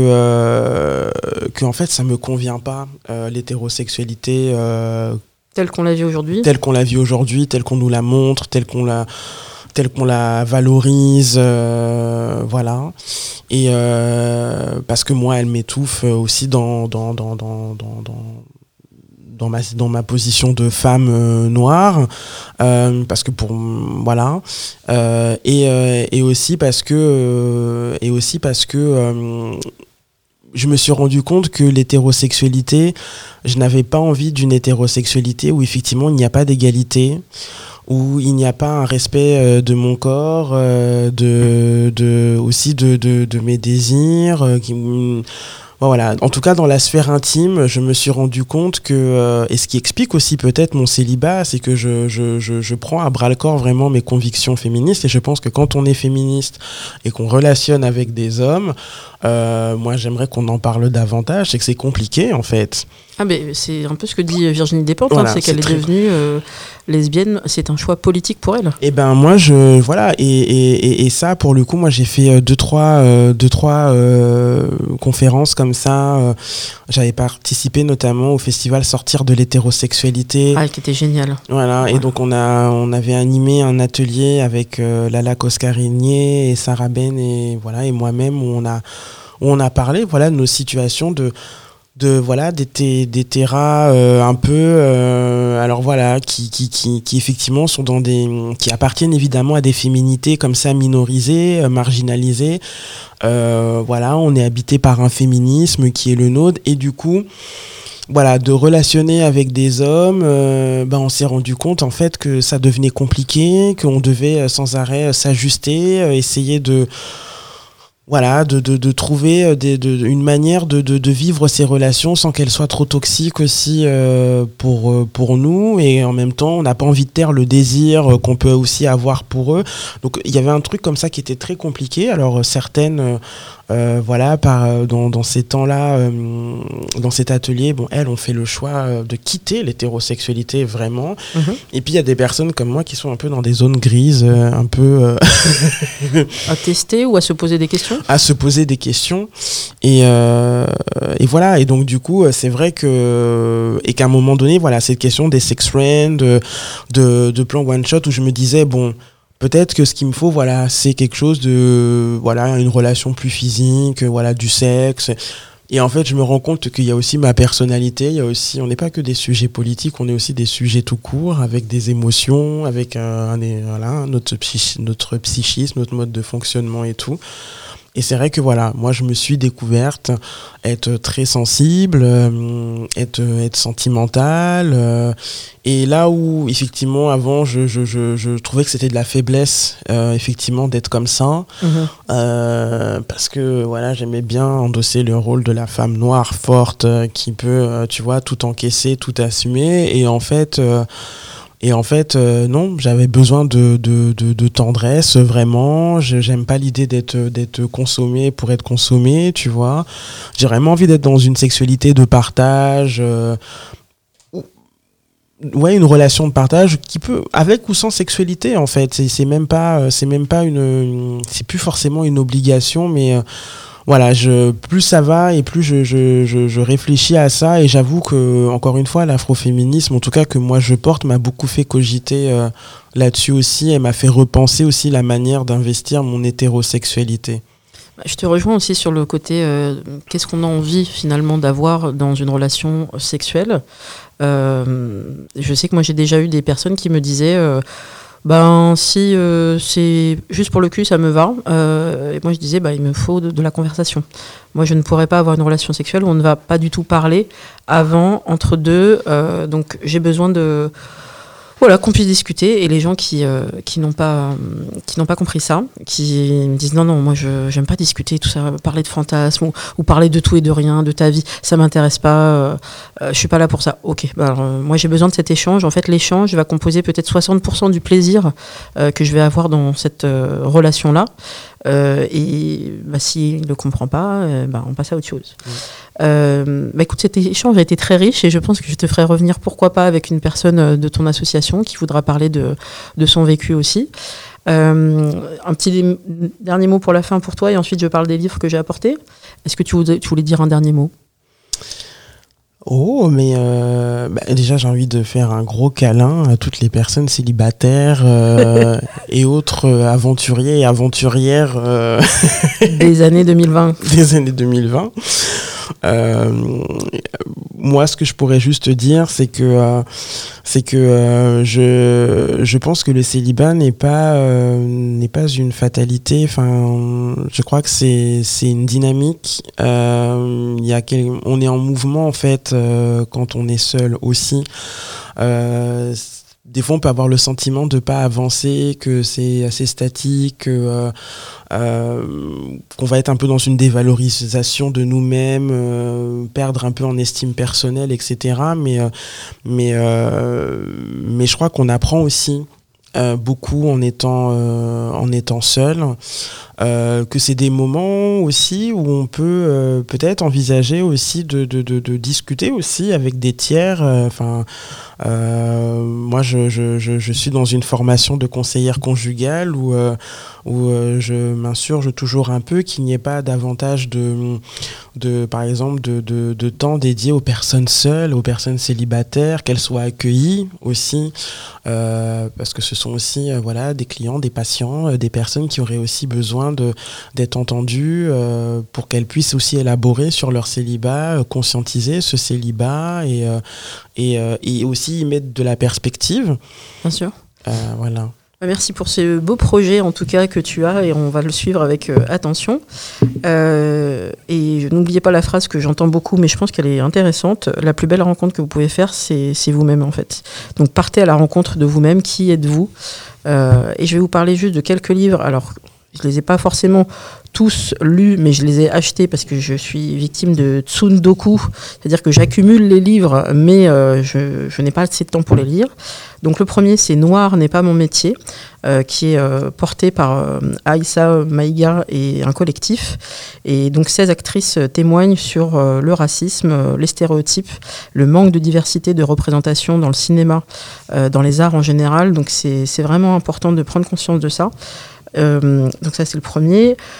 euh, que en fait, ça me convient pas, euh, l'hétérosexualité euh, telle qu'on la vit aujourd'hui. Telle qu'on la vit aujourd'hui, telle qu'on nous la montre, telle qu'on la, telle qu'on la valorise, euh, voilà. Et euh, parce que moi, elle m'étouffe aussi dans dans dans dans dans, dans dans ma dans ma position de femme euh, noire, euh, parce que pour voilà, euh, et euh, et aussi parce que euh, et aussi parce que euh, je me suis rendu compte que l'hétérosexualité, je n'avais pas envie d'une hétérosexualité où effectivement il n'y a pas d'égalité, où il n'y a pas un respect euh, de mon corps, euh, de de aussi de de, de mes désirs, euh, qui Voilà, en tout cas dans la sphère intime, je me suis rendu compte que, euh, et ce qui explique aussi peut-être mon célibat, c'est que je, je, je, je prends à bras le corps vraiment mes convictions féministes, et je pense que quand on est féministe et qu'on relationne avec des hommes, euh, moi j'aimerais qu'on en parle davantage, c'est que c'est compliqué en fait. Ah ben c'est un peu ce que dit Virginie Despentes, voilà, hein, c'est, c'est qu'elle très... est devenue euh, lesbienne, c'est un choix politique pour elle. Et ben moi je voilà et, et, et, et ça pour le coup moi j'ai fait deux trois euh, deux trois euh, conférences comme ça. Euh, j'avais participé notamment au festival Sortir de l'hétérosexualité. Ah, qui était génial. Voilà, voilà. Et donc on a on avait animé un atelier avec euh, Lala Coscarigné et Sarah Ben et voilà et moi-même où on a où on a parlé voilà de nos situations de de voilà des té- des terras euh, un peu euh, alors voilà qui qui qui qui effectivement sont dans des qui appartiennent évidemment à des féminités comme ça minorisées, euh, marginalisées. Euh, voilà, on est habité par un féminisme qui est le nôtre et du coup voilà, de relationner avec des hommes, euh, ben on s'est rendu compte en fait que ça devenait compliqué, qu'on devait sans arrêt s'ajuster, euh, essayer de Voilà, de, de, de trouver des, de, une manière de, de, de vivre ces relations sans qu'elles soient trop toxiques aussi euh, pour, pour nous. Et en même temps, on n'a pas envie de taire le désir qu'on peut aussi avoir pour eux. Donc, il y avait un truc comme ça qui était très compliqué. Alors, certaines... Euh, voilà, par, dans, dans ces temps-là, euh, dans cet atelier, bon, elles ont fait le choix de quitter l'hétérosexualité vraiment. Mmh. Et puis il y a des personnes comme moi qui sont un peu dans des zones grises, euh, un peu... Euh... à tester ou à se poser des questions ? à se poser des questions. Et, euh, et voilà. Et donc, du coup, c'est vrai que, et qu'à un moment donné, voilà, cette question des sex friends, de, de, de plan one shot où je me disais, bon, peut-être que ce qu'il me faut, voilà, c'est quelque chose de, voilà, une relation plus physique, voilà, du sexe. Et en fait, je me rends compte qu'il y a aussi ma personnalité, il y a aussi, on n'est pas que des sujets politiques, on est aussi des sujets tout court, avec des émotions, avec un, un, voilà, notre, psych, notre psychisme, notre mode de fonctionnement et tout. Et c'est vrai que voilà, moi je me suis découverte être très sensible, euh, être, être sentimentale. Euh, et là où effectivement avant je, je, je, je trouvais que c'était de la faiblesse, euh, effectivement d'être comme ça, mmh. euh, parce que voilà, j'aimais bien endosser le rôle de la femme noire forte euh, qui peut, euh, tu vois, tout encaisser, tout assumer. Et en fait... Euh, Et en fait, euh, non, j'avais besoin de, de, de, de tendresse, vraiment. Je, j'aime pas l'idée d'être, d'être consommé pour être consommé, tu vois. J'ai vraiment envie d'être dans une sexualité de partage, euh, ouais, une relation de partage qui peut, avec ou sans sexualité, en fait. C'est, c'est même pas, c'est même pas une, une c'est plus forcément une obligation, mais euh, voilà, je, plus ça va et plus je, je, je, je réfléchis à ça, et j'avoue que, encore une fois, l'afroféminisme, en tout cas que moi je porte, m'a beaucoup fait cogiter euh, là-dessus aussi, et m'a fait repenser aussi la manière d'investir mon hétérosexualité. Je te rejoins aussi sur le côté euh, qu'est-ce qu'on a envie finalement d'avoir dans une relation sexuelle. Euh, je sais que moi j'ai déjà eu des personnes qui me disaient... Euh, Ben si euh, c'est juste pour le cul, ça me va. Euh, et moi je disais, bah, il me faut de, de la conversation. Moi je ne pourrais pas avoir une relation sexuelle où on ne va pas du tout parler avant, entre deux. Euh, donc j'ai besoin de... Voilà, qu'on puisse discuter. Et les gens qui, euh, qui, n'ont pas, qui n'ont pas compris ça, qui me disent non, non, moi je j'aime pas discuter, tout ça, parler de fantasmes ou, ou parler de tout et de rien, de ta vie, ça m'intéresse pas, euh, euh, je suis pas là pour ça. Ok, bah alors, euh, moi j'ai besoin de cet échange. En fait, l'échange va composer peut-être soixante pour cent du plaisir euh, que je vais avoir dans cette euh, relation-là. Euh, et bah, s'il ne le comprend pas, euh, bah, on passe à autre chose. Mmh. Euh, bah, écoute, cet échange a été très riche et je pense que je te ferai revenir, pourquoi pas, avec une personne de ton association qui voudra parler de, de son vécu aussi. Euh, un petit dernier mot pour la fin pour toi, et ensuite je parle des livres que j'ai apportés. Est-ce que tu voulais, tu voulais dire un dernier mot ? Oh, mais euh, bah déjà j'ai envie de faire un gros câlin à toutes les personnes célibataires euh, et autres euh, aventuriers et aventurières euh... des années deux mille vingt. Des années deux mille vingt. Euh, moi, ce que je pourrais juste dire, c'est que euh, c'est que euh, je je pense que le célibat n'est pas euh, n'est pas une fatalité. Enfin, je crois que c'est c'est une dynamique. Euh, il y a quel... on est en mouvement en fait euh, quand on est seul aussi. Euh, des fois, on peut avoir le sentiment de pas avancer, que c'est assez statique, que, euh, euh, qu'on va être un peu dans une dévalorisation de nous-mêmes, euh, perdre un peu en estime personnelle, et cetera. Mais, euh, mais, euh, mais je crois qu'on apprend aussi euh, beaucoup en étant, euh, en étant seul. Euh, que c'est des moments aussi où on peut euh, peut-être envisager aussi de, de, de, de discuter aussi avec des tiers. Enfin, euh, euh, moi, je, je, je, je suis dans une formation de conseillère conjugale où, euh, où euh, je m'insurge toujours un peu qu'il n'y ait pas davantage de, de par exemple, de, de, de temps dédié aux personnes seules, aux personnes célibataires, qu'elles soient accueillies aussi, euh, parce que ce sont aussi euh, voilà, des clients, des patients, euh, des personnes qui auraient aussi besoin De, d'être entendues euh, pour qu'elles puissent aussi élaborer sur leur célibat, euh, conscientiser ce célibat et, euh, et, euh, et aussi y mettre de la perspective. Bien sûr. Euh, voilà. Merci pour ce beau projet en tout cas que tu as, et on va le suivre avec euh, attention. Euh, et n'oubliez pas la phrase que j'entends beaucoup, mais je pense qu'elle est intéressante. La plus belle rencontre que vous pouvez faire, c'est, c'est vous-même en fait. Donc partez à la rencontre de vous-même. Qui êtes-vous ? euh, Et je vais vous parler juste de quelques livres. Alors, je ne les ai pas forcément tous lus, mais je les ai achetés parce que je suis victime de tsundoku, c'est-à-dire que j'accumule les livres, mais euh, je, je n'ai pas assez de temps pour les lire. Donc le premier, c'est Noir n'est pas mon métier, euh, qui est euh, porté par euh, Aïssa Maïga et un collectif. Et donc seize actrices témoignent sur euh, le racisme, euh, les stéréotypes, le manque de diversité de représentation dans le cinéma, euh, dans les arts en général. Donc c'est, c'est vraiment important de prendre conscience de ça. Euh, donc ça, c'est le premier.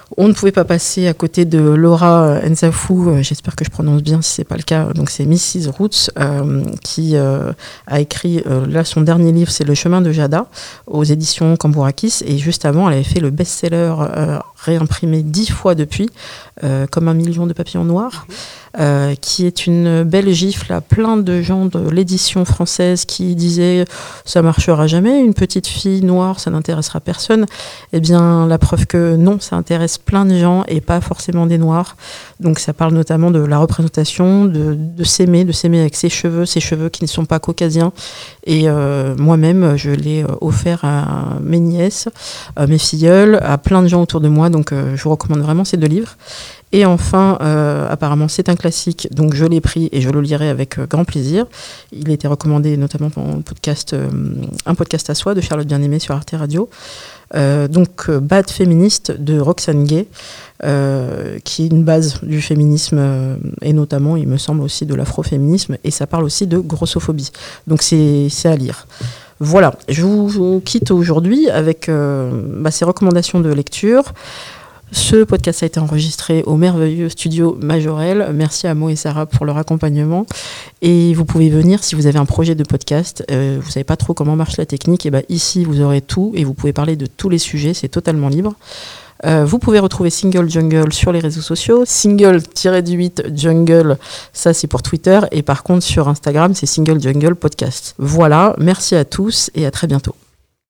On ne pouvait pas passer à côté de Laura Nsafou, euh, j'espère que je prononce bien si c'est pas le cas, donc c'est missus Roots, euh, qui euh, a écrit, euh, là son dernier livre c'est Le chemin de Jada, aux éditions Cambourakis, et juste avant elle avait fait le best-seller euh, réimprimé dix fois depuis, euh, comme un million de papillons noirs, euh, qui est une belle gifle à plein de gens de l'édition française qui disaient ça marchera jamais, une petite fille noire ça n'intéressera personne. Eh bien la preuve que non, ça intéresse plein de gens et pas forcément des noirs. Donc ça parle notamment de la représentation, de, de s'aimer, de s'aimer avec ses cheveux, ses cheveux qui ne sont pas caucasiens. Et euh, moi-même, je l'ai offert à mes nièces, à mes filleuls, à plein de gens autour de moi. Donc euh, je vous recommande vraiment ces deux livres. Et enfin, euh, apparemment c'est un classique, donc je l'ai pris et je le lirai avec euh, grand plaisir. Il a été recommandé notamment dans un podcast, euh, un podcast à soi de Charlotte Bien-Aimée sur Arte Radio. Euh, donc euh, Bad Féministe de Roxane Gay, euh, qui est une base du féminisme euh, et notamment il me semble aussi de l'afroféminisme, et ça parle aussi de grossophobie, donc c'est, c'est à lire. Voilà, je vous, je vous quitte aujourd'hui avec euh, bah, ces recommandations de lecture. Ce podcast a été enregistré au merveilleux studio Majorel. Merci à Mo et Sarah pour leur accompagnement. Et vous pouvez venir si vous avez un projet de podcast. Euh, vous ne savez pas trop comment marche la technique. Et ben ici, vous aurez tout et vous pouvez parler de tous les sujets. C'est totalement libre. Euh, vous pouvez retrouver Single Jungle sur les réseaux sociaux. Single-huit Jungle, ça c'est pour Twitter. Et par contre, sur Instagram, c'est Single Jungle Podcast. Voilà, merci à tous et à très bientôt.